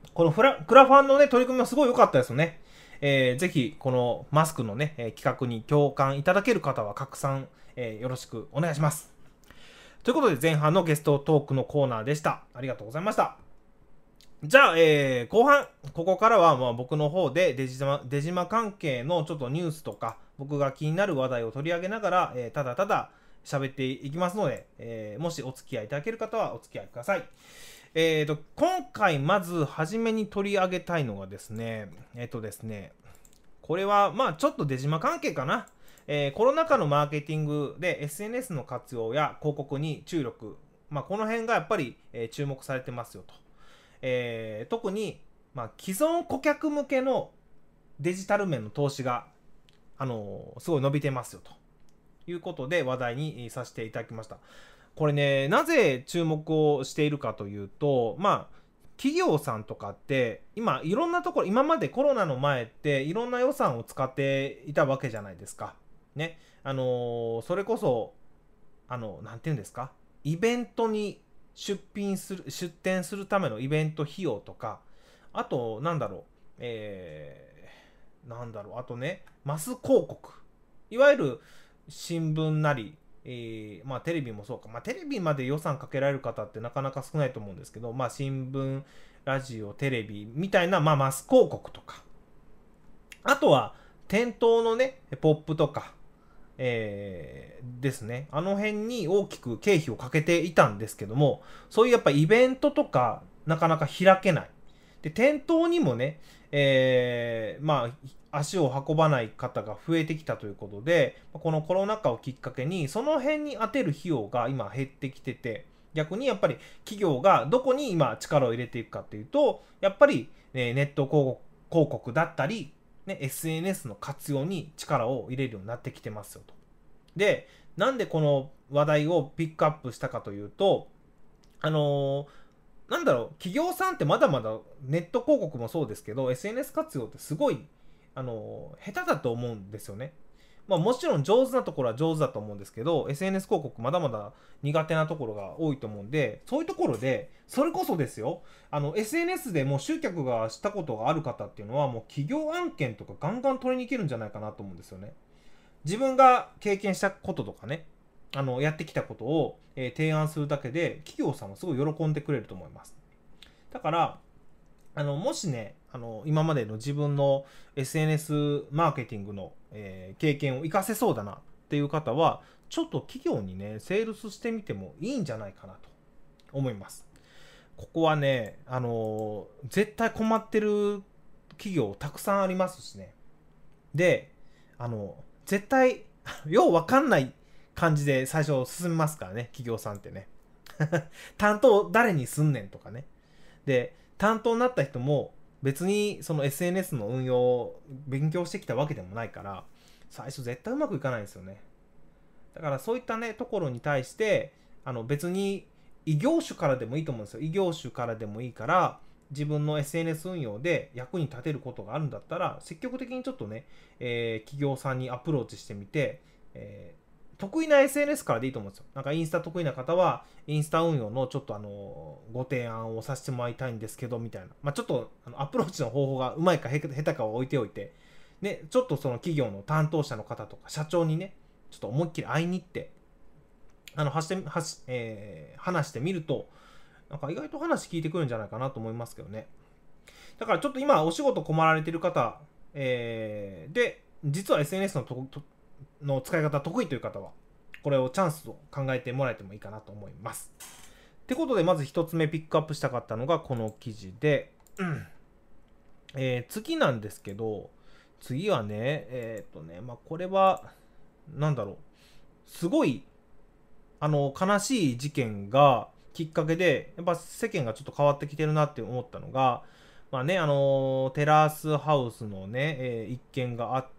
このフラクラファンのね、取り組みはすごい良かったですよね。えー、ぜひ、このマスクのね、えー、企画に共感いただける方は拡散、えー、よろしくお願いします。ということで、前半のゲストトークのコーナーでした。ありがとうございました。じゃあ、えー、後半、ここからはまあ僕の方でデジマ、デジマ関係のちょっとニュースとか、僕が気になる話題を取り上げながら、えー、ただただ喋っていきますので、えー、もしお付き合いいただける方はお付き合いください。えーと、今回まず初めに取り上げたいのがですね、えっ、ー、とですね、これはまあちょっと出島関係かな。えー、コロナ禍のマーケティングで エスエヌエス の活用や広告に注力、まあこの辺がやっぱり、えー、注目されてますよと。えー、特に、まあ、既存顧客向けのデジタル面の投資が、あのー、すごい伸びてますよということで話題にさせていただきました。これね、なぜ注目をしているかというと、まあ、企業さんとかって今いろんなところ、今までコロナの前っていろんな予算を使っていたわけじゃないですか。ね。あのー、それこそ、あの、なんていうんですか、イベントに出品する、出展するためのイベント費用とか、あと、なんだろう、えー、なんだろう、あとね、マス広告。いわゆる新聞なり、えー、まあテレビもそうか、まあテレビまで予算かけられる方ってなかなか少ないと思うんですけど、まあ新聞、ラジオ、テレビみたいな、まあマス広告とか、あとは店頭のね、ポップとか、えー、ですね。あの辺に大きく経費をかけていたんですけども、そういうやっぱイベントとかなかなか開けない。で、店頭にもね、えー、まあ、足を運ばない方が増えてきたということで、このコロナ禍をきっかけに、その辺に当てる費用が今減ってきてて、逆にやっぱり企業がどこに今力を入れていくかっていうと、やっぱり、ね、ネット広告、広告だったり、ね、エスエヌエス の活用に力を入れるようになってきてますよと。で、なんでこの話題をピックアップしたかというと、あのー、なんだろう、企業さんってまだまだネット広告もそうですけど、エスエヌエス 活用ってすごい、あのー、下手だと思うんですよね。まあもちろん上手なところは上手だと思うんですけど、エスエヌエス 広告まだまだ苦手なところが多いと思うんで、そういうところで、それこそですよ、あの エスエヌエス でもう集客がしたことがある方っていうのは、もう企業案件とかガンガン取りに行けるんじゃないかなと思うんですよね。自分が経験したこととかね、あの、やってきたことを、えー、提案するだけで、企業さんはすごい喜んでくれると思います。だから、あの、もしね、あの、今までの自分の エスエヌエス マーケティングの、えー、経験を活かせそうだなっていう方は、ちょっと企業にね、セールスしてみてもいいんじゃないかなと思います。ここはね、あのー、絶対困ってる企業たくさんありますしね。で、あの、絶対、ようわかんない感じで最初進みますからね、企業さんってね。担当誰にすんねんとかね。で、担当になった人も別にその エスエヌエス の運用を勉強してきたわけでもないから、最初絶対うまくいかないんですよね。だからそういったね、ところに対して、あの別に異業種からでもいいと思うんですよ。異業種からでもいいから、自分の エスエヌエス 運用で役に立てることがあるんだったら、積極的にちょっとね、えー、企業さんにアプローチしてみて、えー、得意な エスエヌエス からでいいと思うんですよ。なんかインスタ得意な方は、インスタ運用のちょっとあの、ご提案をさせてもらいたいんですけど、みたいな。まあ、ちょっとあのアプローチの方法がうまいか下手かは置いておいて、ね、ちょっとその企業の担当者の方とか社長にね、ちょっと思いっきり会いに行って、あの、話して、はし、えー、話してみると、なんか意外と話聞いてくるんじゃないかなと思いますけどね。だからちょっと今お仕事困られてる方、えー、で、実は エスエヌエス の, ととの使い方得意という方は、これをチャンスと考えてもらえてもいいかなと思います。ってことで、まず一つ目ピックアップしたかったのがこの記事で、うんえー、次なんですけど、次はね、えっ、ー、とね、まあ、これは、なんだろう、すごい、あの、悲しい事件がきっかけで、やっぱ世間がちょっと変わってきてるなって思ったのが、まあね、あの、テラスハウスのね、えー、一件があって、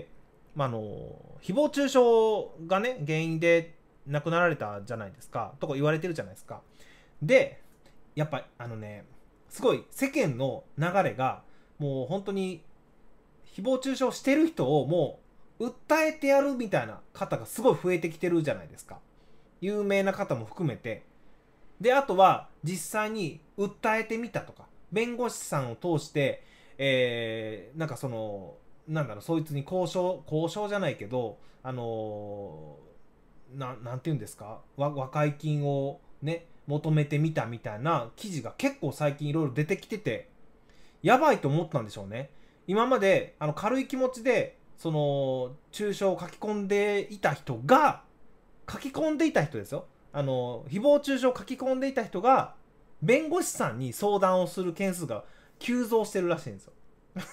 まあ、あの、誹謗中傷がね、原因で亡くなられたじゃないですか、とか言われてるじゃないですか。で、やっぱ、あのね、すごい世間の流れが、もう本当に、誹謗中傷してる人をもう、訴えてやるみたいな方がすごい増えてきてるじゃないですか。有名な方も含めて。で、あとは、実際に訴えてみたとか、 弁護士さんを通して、えー、なんかそのなんだろう、そいつに交渉交渉じゃないけど、あのー、ななんていうんですか、わ和解金をね求めてみたみたいな記事が結構最近いろいろ出てきてて、やばいと思ったんでしょうね。今まであの軽い気持ちでその中傷を書き込んでいた人が書き込んでいた人ですよ。あの誹謗中傷を書き込んでいた人が弁護士さんに相談をする件数が急増してるらしいんですよ。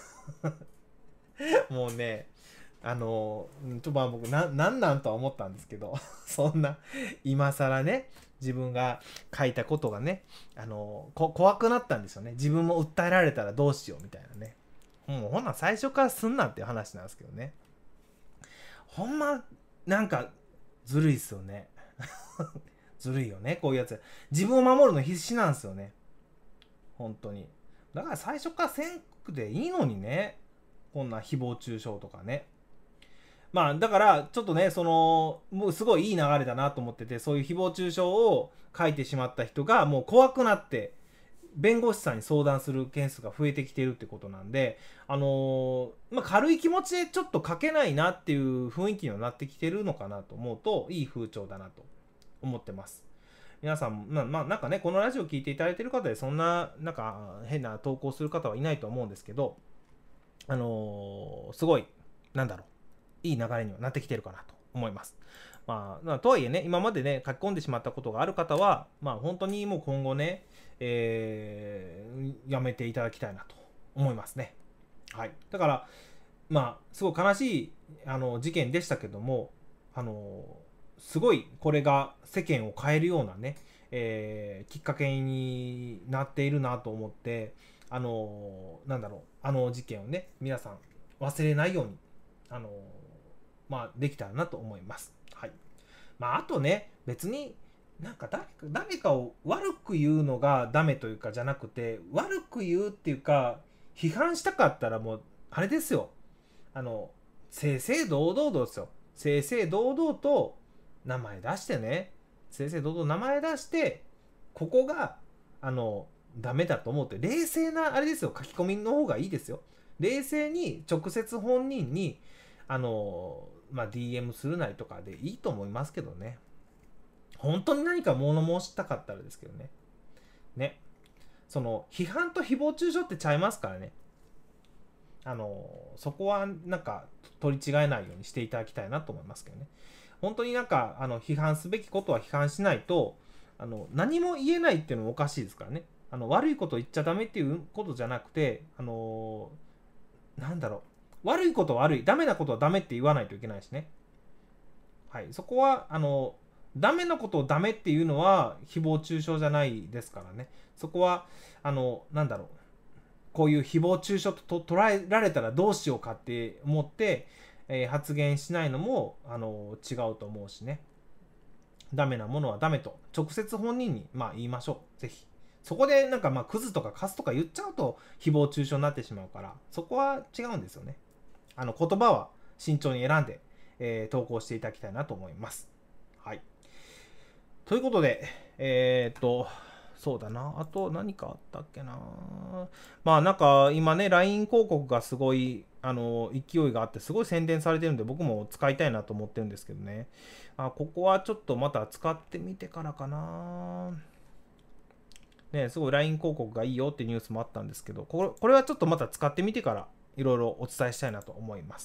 もうね、あのちょっとまあ僕ななんなんとは思ったんですけど、そんな今更ね自分が書いたことがね、あのこ怖くなったんですよね。自分も訴えられたらどうしようみたいなね。もうほんな最初からすんなっていう話なんですけどね。ほんまなんかずるいっすよね。ずるいよねこういうやつ。自分を守るの必死なんですよね。本当に。だから最初からせんくでいいのにね。こんな誹謗中傷とかね。まあだからちょっとね、そのもうすごいいい流れだなと思ってて、そういう誹謗中傷を書いてしまった人がもう怖くなって弁護士さんに相談する件数が増えてきているってことなんで、あのー、まあ軽い気持ちでちょっと書けないなっていう雰囲気にはなってきてるのかなと思うと、いい風潮だなと思ってます。皆さん、まあ、まあ、なんかね、このラジオ聞いていただいている方で、そんな、なんか、変な投稿する方はいないと思うんですけど、あのー、すごい、なんだろう、いい流れにはなってきてるかなと思います。まあ、とはいえね、今までね、書き込んでしまったことがある方は、まあ、本当にもう今後ね、えー、やめていただきたいなと思いますね。はい。だから、まあ、すごい悲しい、あの、事件でしたけども、あのー、すごいこれが世間を変えるようなね、えー、きっかけになっているなと思って、あのー、なんだろう、あの事件をね、皆さん忘れないように、あのー、まあ、できたらなと思います。はい。まあ、あとね、別になんか誰か誰かを悪く言うのがダメというかじゃなくて、悪く言うっていうか、批判したかったらもう、あれですよ。あの、正々堂々ですよ。正々堂々と名前出してね。正々堂々名前出して、ここが、あの、ダメだと思うって、冷静な、あれですよ、書き込みの方がいいですよ。冷静に直接本人に、あの、まあ、ディーエム するなりとかでいいと思いますけどね。本当に何か物申したかったらですけどね。ね。その、批判と誹謗中傷ってちゃいますからね。あの、そこはなんか取り違えないようにしていただきたいなと思いますけどね。本当になんか、あの、批判すべきことは批判しないと、あの、何も言えないっていうのもおかしいですからね。あの、悪いこと言っちゃダメっていうことじゃなくて、あの、なんだろう。悪いことは悪い。ダメなことはダメって言わないといけないしね。はい。そこは、あの、ダメなことをダメっていうのは誹謗中傷じゃないですからね。そこは、あの、なんだろう。こういう誹謗中傷と捉えられたらどうしようかって思って、えー、発言しないのも、あの、違うと思うしね。ダメなものはダメと、直接本人に、まあ、言いましょう。ぜひ。そこでなんかまあクズとかカスとか言っちゃうと誹謗中傷になってしまうから、そこは違うんですよね。あの言葉は慎重に選んで、えー、投稿していただきたいなと思います。はい。ということで、えー、っと、そうだな。あと何かあったっけな。まあなんか今ね、ライン 広告がすごい、あの、勢いがあって、すごい宣伝されてるんで、僕も使いたいなと思ってるんですけどね。あ、ここはちょっとまた使ってみてからかな。ね、すごい ライン 広告がいいよってニュースもあったんですけど、これ、これはちょっとまた使ってみてから、いろいろお伝えしたいなと思います。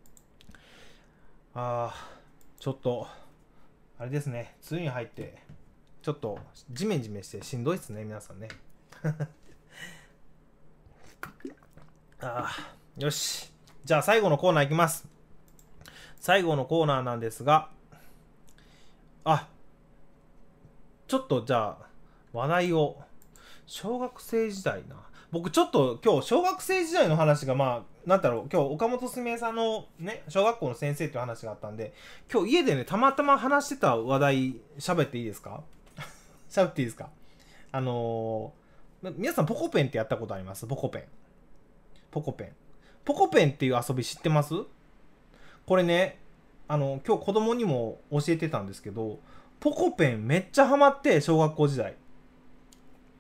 あー、ちょっと、あれですね、梅雨に入って、ちょっとジメジメしてしんどいですね、皆さんね。あー、よし。じゃあ最後のコーナーいきます。最後のコーナーなんですが、あ、ちょっとじゃあ、話題を、小学生時代な。僕ちょっと今日小学生時代の話がまあ、なんだろう、今日岡本すみえさんのね、小学校の先生っていう話があったんで、今日家でね、たまたま話してた話題、喋っていいですか？喋っていいですか？あのー、皆さんポコペンってやったことあります？ポコペン。ポコペン。ポコペンっていう遊び知ってます？これね、あの、今日子供にも教えてたんですけど、ポコペンめっちゃハマって、小学校時代。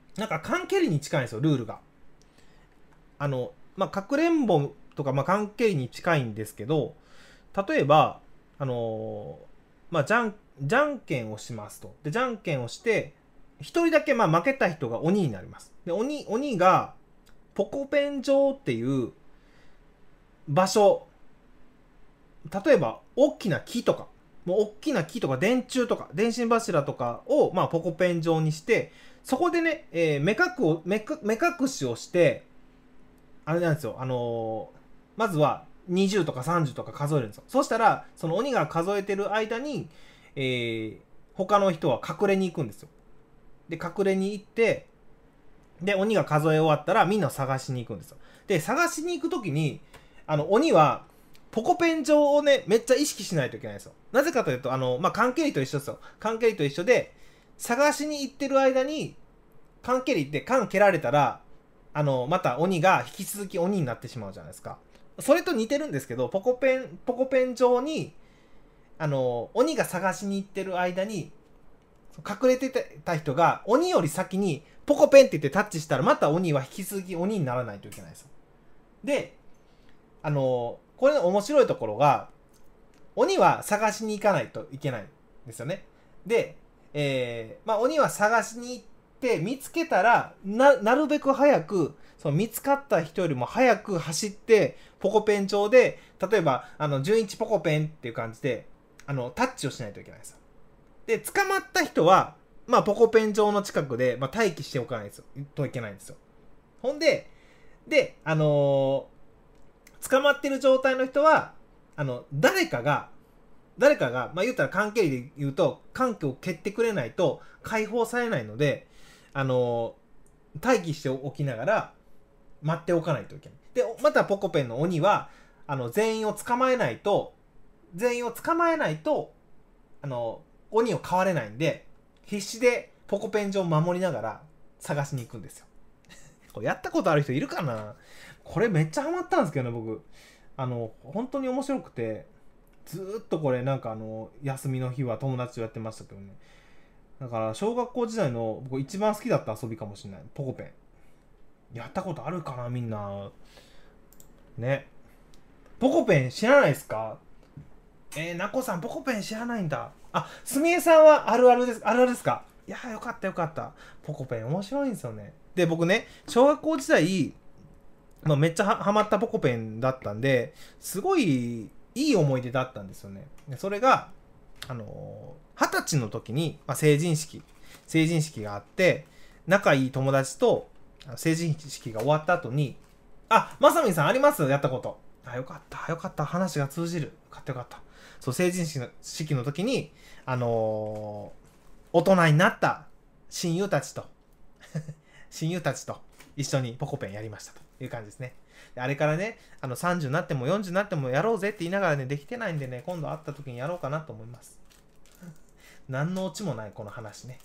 なんか缶蹴りに近いんですよ、ルールが。あの、まあ、かくれんぼとか、まあ、缶蹴りに近いんですけど、例えば、あのー、まあ、じゃん、じゃんけんをしますと。で、じゃんけんをして、一人だけ、まあ、負けた人が鬼になります。で、鬼、鬼が、ポコペン場っていう場所、例えば、大きな木とか、もう大きな木とか電柱とか、電信柱とかを、まあ、ポコペン状にして、そこでね、えー、目隠を目、目隠しをして、あれなんですよ、あのー、まずはにじゅうとかさんじゅうとか数えるんですよ。そしたら、その鬼が数えてる間に、えー、他の人は隠れに行くんですよ。で、隠れに行って、で、鬼が数え終わったらみんなを探しに行くんですよ。で、探しに行くときに、あの、鬼は、ポコペン状をね、めっちゃ意識しないといけないんですよ。なぜかというと、あの、まあ、缶蹴りと一緒ですよ。缶蹴りと一緒で、探しに行ってる間に、缶蹴りって缶蹴られたら、あの、また鬼が引き続き鬼になってしまうじゃないですか。それと似てるんですけど、ポコペン、ポコペン状に、あの、鬼が探しに行ってる間に、隠れてた人が鬼より先にポコペンって言ってタッチしたら、また鬼は引き続き鬼にならないといけないですよ。で、あの、これの面白いところが、鬼は探しに行かないといけないんですよね。で、えー、まあ鬼は探しに行って見つけたら、な、なるべく早く、その見つかった人よりも早く走って、ポコペン上で、例えば、あの、じゅういちポコペンっていう感じで、あの、タッチをしないといけないですよ。で、捕まった人は、まあ、ポコペン上の近くで、まあ、待機しておかないですよ。といけないんですよ。ほんで、で、あのー、捕まってる状態の人は、あの、誰かが、誰かが、まあ、言ったら関係で言うと、関係を蹴ってくれないと解放されないので、あのー、待機しておきながら、待っておかないといけない。で、またポコペンの鬼は、あの、全員を捕まえないと、全員を捕まえないと、あの、鬼を飼われないんで、必死でポコペン上を守りながら探しに行くんですよ。これやったことある人いるかな？これめっちゃハマったんですけどね、僕。あの、本当に面白くて、ずーっとこれなんかあの、休みの日は友達とやってましたけどね。だから、小学校時代の僕一番好きだった遊びかもしれない。ポコペン。やったことあるかな、みんな。ね。ポコペン知らないですか？えー、なこさん、ポコペン知らないんだ。あ、すみえさんはあるあるです、あるあるですか？いやー、よかったよかった。ポコペン面白いんですよね。で、僕ね、小学校時代、まあ、めっちゃハマったポコペンだったんで、すごいいい思い出だったんですよね。でそれが、あのー、二十歳の時に、まあ、成人式、成人式があって、仲いい友達と成人式が終わった後に、あ、まさみんさんありますやったこと。あ、よかった、よかった、話が通じる。よかったよかった。そう、成人式の式の時に、あのー、大人になった親友たちと、親友たちと一緒にポコペンやりましたという感じですね。あれからね、あのさんじゅうになってもよんじゅうになってもやろうぜって言いながらね、できてないんでね、今度会った時にやろうかなと思います。何のオチもないこの話ね。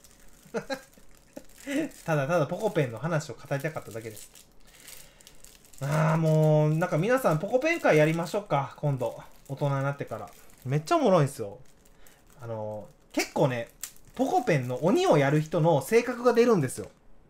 ただただポコペンの話を語りたかっただけです。ああ、もう、なんか皆さんポコペン会やりましょうか、今度。大人になってから。めっちゃおもろいんですよ。あの、結構ね、ポコペンの鬼をやる人の性格が出るんですよ。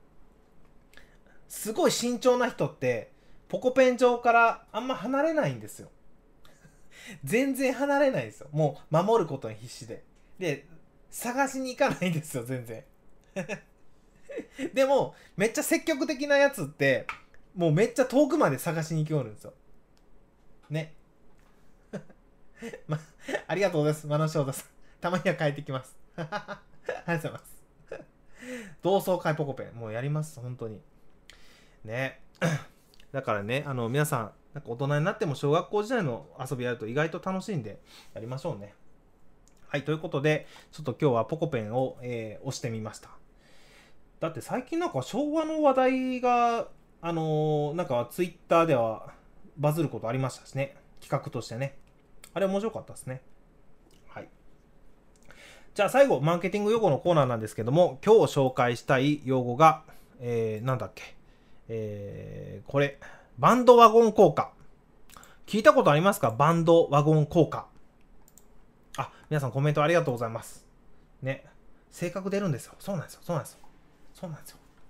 すごい慎重な人って、ポコペン上からあんま離れないんですよ。全然離れないんですよ。もう守ることに必死で。で、探しに行かないんですよ、全然。でも、めっちゃ積極的なやつって、もうめっちゃ遠くまで探しに行きおるんですよ。ね。ま、ありがとうございます。マノショウダさん。たまには帰ってきます。ありがとうございます。同窓会ポコペン。もうやります。本当に。ね。だからね、あの、皆さん、なんか大人になっても小学校時代の遊びやると意外と楽しいんで、やりましょうね。はい、ということで、ちょっと今日はポコペンを、えー、押してみました。だって最近なんか昭和の話題が、あのー、なんかツイッターではバズることありましたしね。企画としてね。あれ面白かったですね。はい。じゃあ最後、マーケティング用語のコーナーなんですけども、今日紹介したい用語が、えー、なんだっけ。えー、これ、バンドワゴン効果。聞いたことありますか？バンドワゴン効果。あ、皆さんコメントありがとうございます。ね。性格出るんですよ。そうなんですよ。そうなんですよ。そうなんですよ。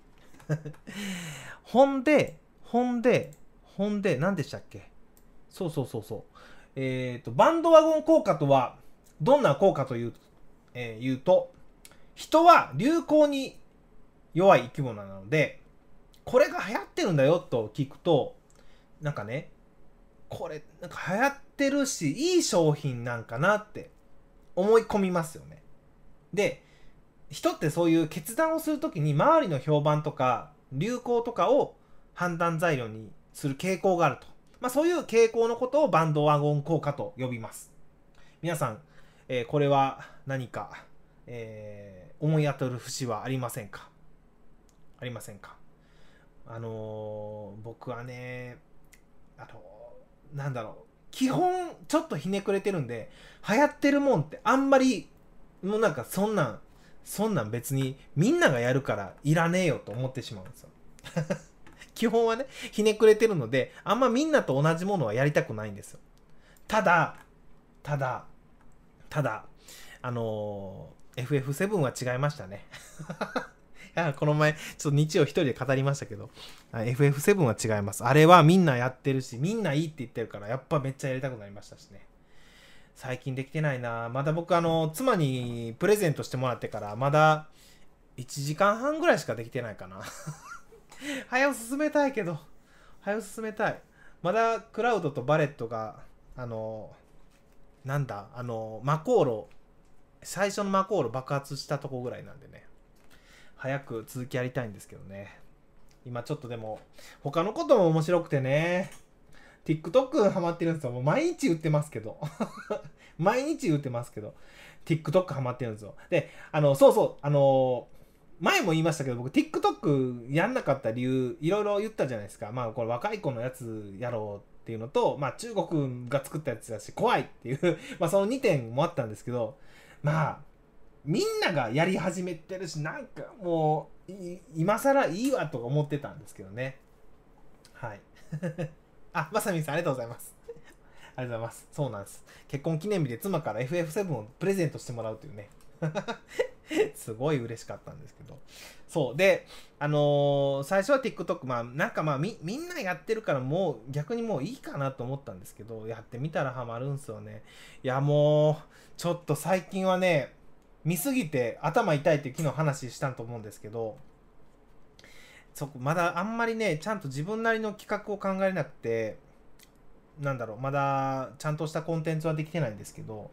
ほんで、ほんで、ほんで、何でしたっけ？そうそうそうそう。えっと、バンドワゴン効果とは、どんな効果という、えー、言うと、人は流行に弱い生き物なので、これが流行ってるんだよと聞くと、なんかね、これ、なんか流行ってるし、いい商品なんかなって思い込みますよね。で、人ってそういう決断をするときに周りの評判とか流行とかを判断材料にする傾向があると。まあそういう傾向のことをバンドワゴン効果と呼びます。皆さん、えー、これは何か、えー、思い当たる節はありませんか？ありませんか？あのー、僕はね、あのー、なんだろう、基本ちょっとひねくれてるんで、流行ってるもんってあんまり、もうなんかそんなん、そんなん別にみんながやるからいらねえよと思ってしまうんですよ。基本はね、ひねくれてるので、あんまみんなと同じものはやりたくないんですよ。ただ、ただ、ただ、あのー、エフエフセブン は違いましたね。いやこの前、ちょっと日曜一人で語りましたけど、エフエフセブン は違います。あれはみんなやってるし、みんないいって言ってるから、やっぱめっちゃやりたくなりましたしね。最近できてないな。まだ僕、あの、妻にプレゼントしてもらってから、まだいちじかんはんぐらいしかできてないかな。早く進めたいけど、早く進めたい。まだクラウドとバレットが、あの、なんだ、あの、マコーロ、最初のマコーロ爆発したとこぐらいなんでね。早く続きやりたいんですけどね。今ちょっとでも、他のことも面白くてね。TikTok ハマってるんですよ。もう毎日売ってますけど。毎日売ってますけど。TikTok ハマってるんですよ。で、あの、そうそう、あの、前も言いましたけど、僕 TikTok やんなかった理由、いろいろ言ったじゃないですか。まあ、これ若い子のやつやろうっていうのと、まあ、中国が作ったやつだし、怖いっていう、まあ、そのにてんもあったんですけど、まあ、みんながやり始めてるし、なんかもう、今更いいわとか思ってたんですけどね。はい。あ、まさみんさんありがとうございます。ありがとうございます。そうなんです。結婚記念日で妻から エフエフセブン をプレゼントしてもらうというね。すごい嬉しかったんですけど。そう。で、あのー、最初は TikTok、まあ、なんかまあみ、みんなやってるからもう逆にもういいかなと思ったんですけど、やってみたらハマるんすよね。いや、もう、ちょっと最近はね、見すぎて頭痛いって昨日話したと思うんですけど、そこまだあんまりねちゃんと自分なりの企画を考えなくて、なんだろう、まだちゃんとしたコンテンツはできてないんですけど、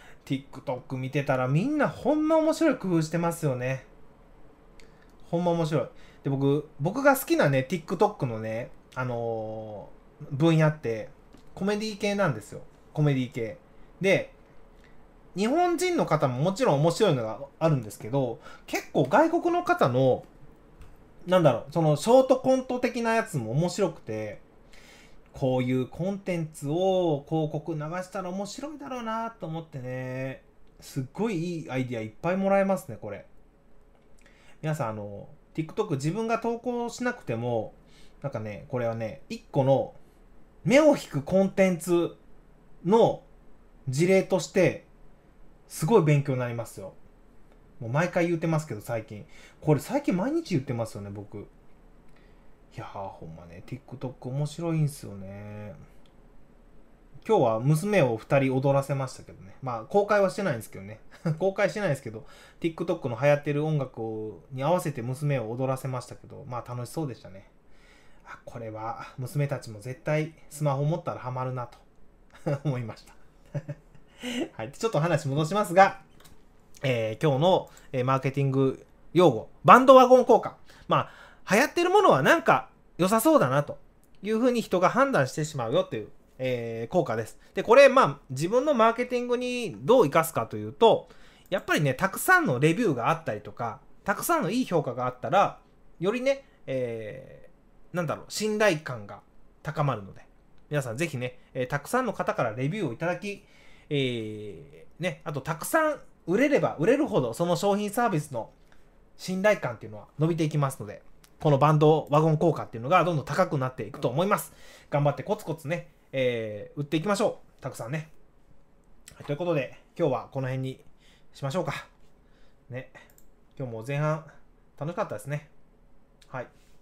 TikTok 見てたらみんなほんま面白い工夫してますよね。ほんま面白い。で、僕僕が好きなね TikTok のね、あのー、分野ってコメディ系なんですよ。コメディ系で、日本人の方ももちろん面白いのがあるんですけど、結構外国の方の、なんだろう、そのショートコント的なやつも面白くて、こういうコンテンツを広告流したら面白いだろうなと思ってね、すっごいいいアイディアいっぱいもらえますね、これ。皆さん、あの、TikTok 自分が投稿しなくても、なんかね、これはね、一個の目を引くコンテンツの事例として、すごい勉強になりますよ。もう毎回言ってますけど、最近。これ最近毎日言ってますよね、僕。いやー、ほんまね、TikTok 面白いんすよね。今日は娘をふたり踊らせましたけどね。まあ、公開はしてないんですけどね。公開してないですけど、TikTok の流行ってる音楽に合わせて娘を踊らせましたけど、まあ楽しそうでしたね。あ、これは娘たちも絶対スマホ持ったらハマるなと思いました。はい、ちょっと話戻しますが、えー、今日の、えー、マーケティング用語、バンドワゴン効果。まあ、流行ってるものはなんか良さそうだなというふうに人が判断してしまうよっていう、えー、効果です。で、これ、まあ、自分のマーケティングにどう活かすかというと、やっぱりね、たくさんのレビューがあったりとか、たくさんのいい評価があったら、よりね、えー、なんだろう、信頼感が高まるので、皆さんぜひね、えー、たくさんの方からレビューをいただき、えー、ね、あとたくさん売れれば売れるほどその商品サービスの信頼感っていうのは伸びていきますので、このバンドワゴン効果っていうのがどんどん高くなっていくと思います。頑張ってコツコツね、えー、売っていきましょう。たくさんね。はい、ということで今日はこの辺にしましょうか。ね。今日も前半楽しかったですね。はい。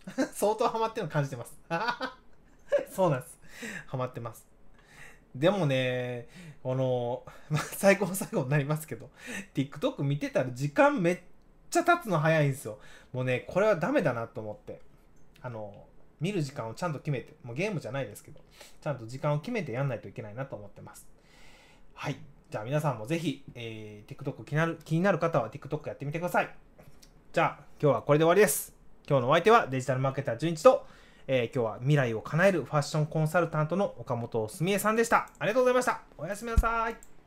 相当ハマってるの感じてます。そうなんです。ハマってます。でもね、あの、まあ、最後の最後になりますけど、TikTok 見てたら時間めっちゃ経つの早いんですよ。もうね、これはダメだなと思って。あの、見る時間をちゃんと決めて、もうゲームじゃないですけど、ちゃんと時間を決めてやんないといけないなと思ってます。はい。じゃあ皆さんもぜひ、えー、TikTok 気になる、気になる方は TikTok やってみてください。じゃあ、今日はこれで終わりです。今日のお相手はデジタルマーケター純一と、えー、今日は未来を叶えるファッションコンサルタントの岡本すみえさんでした。ありがとうございました。おやすみなさい。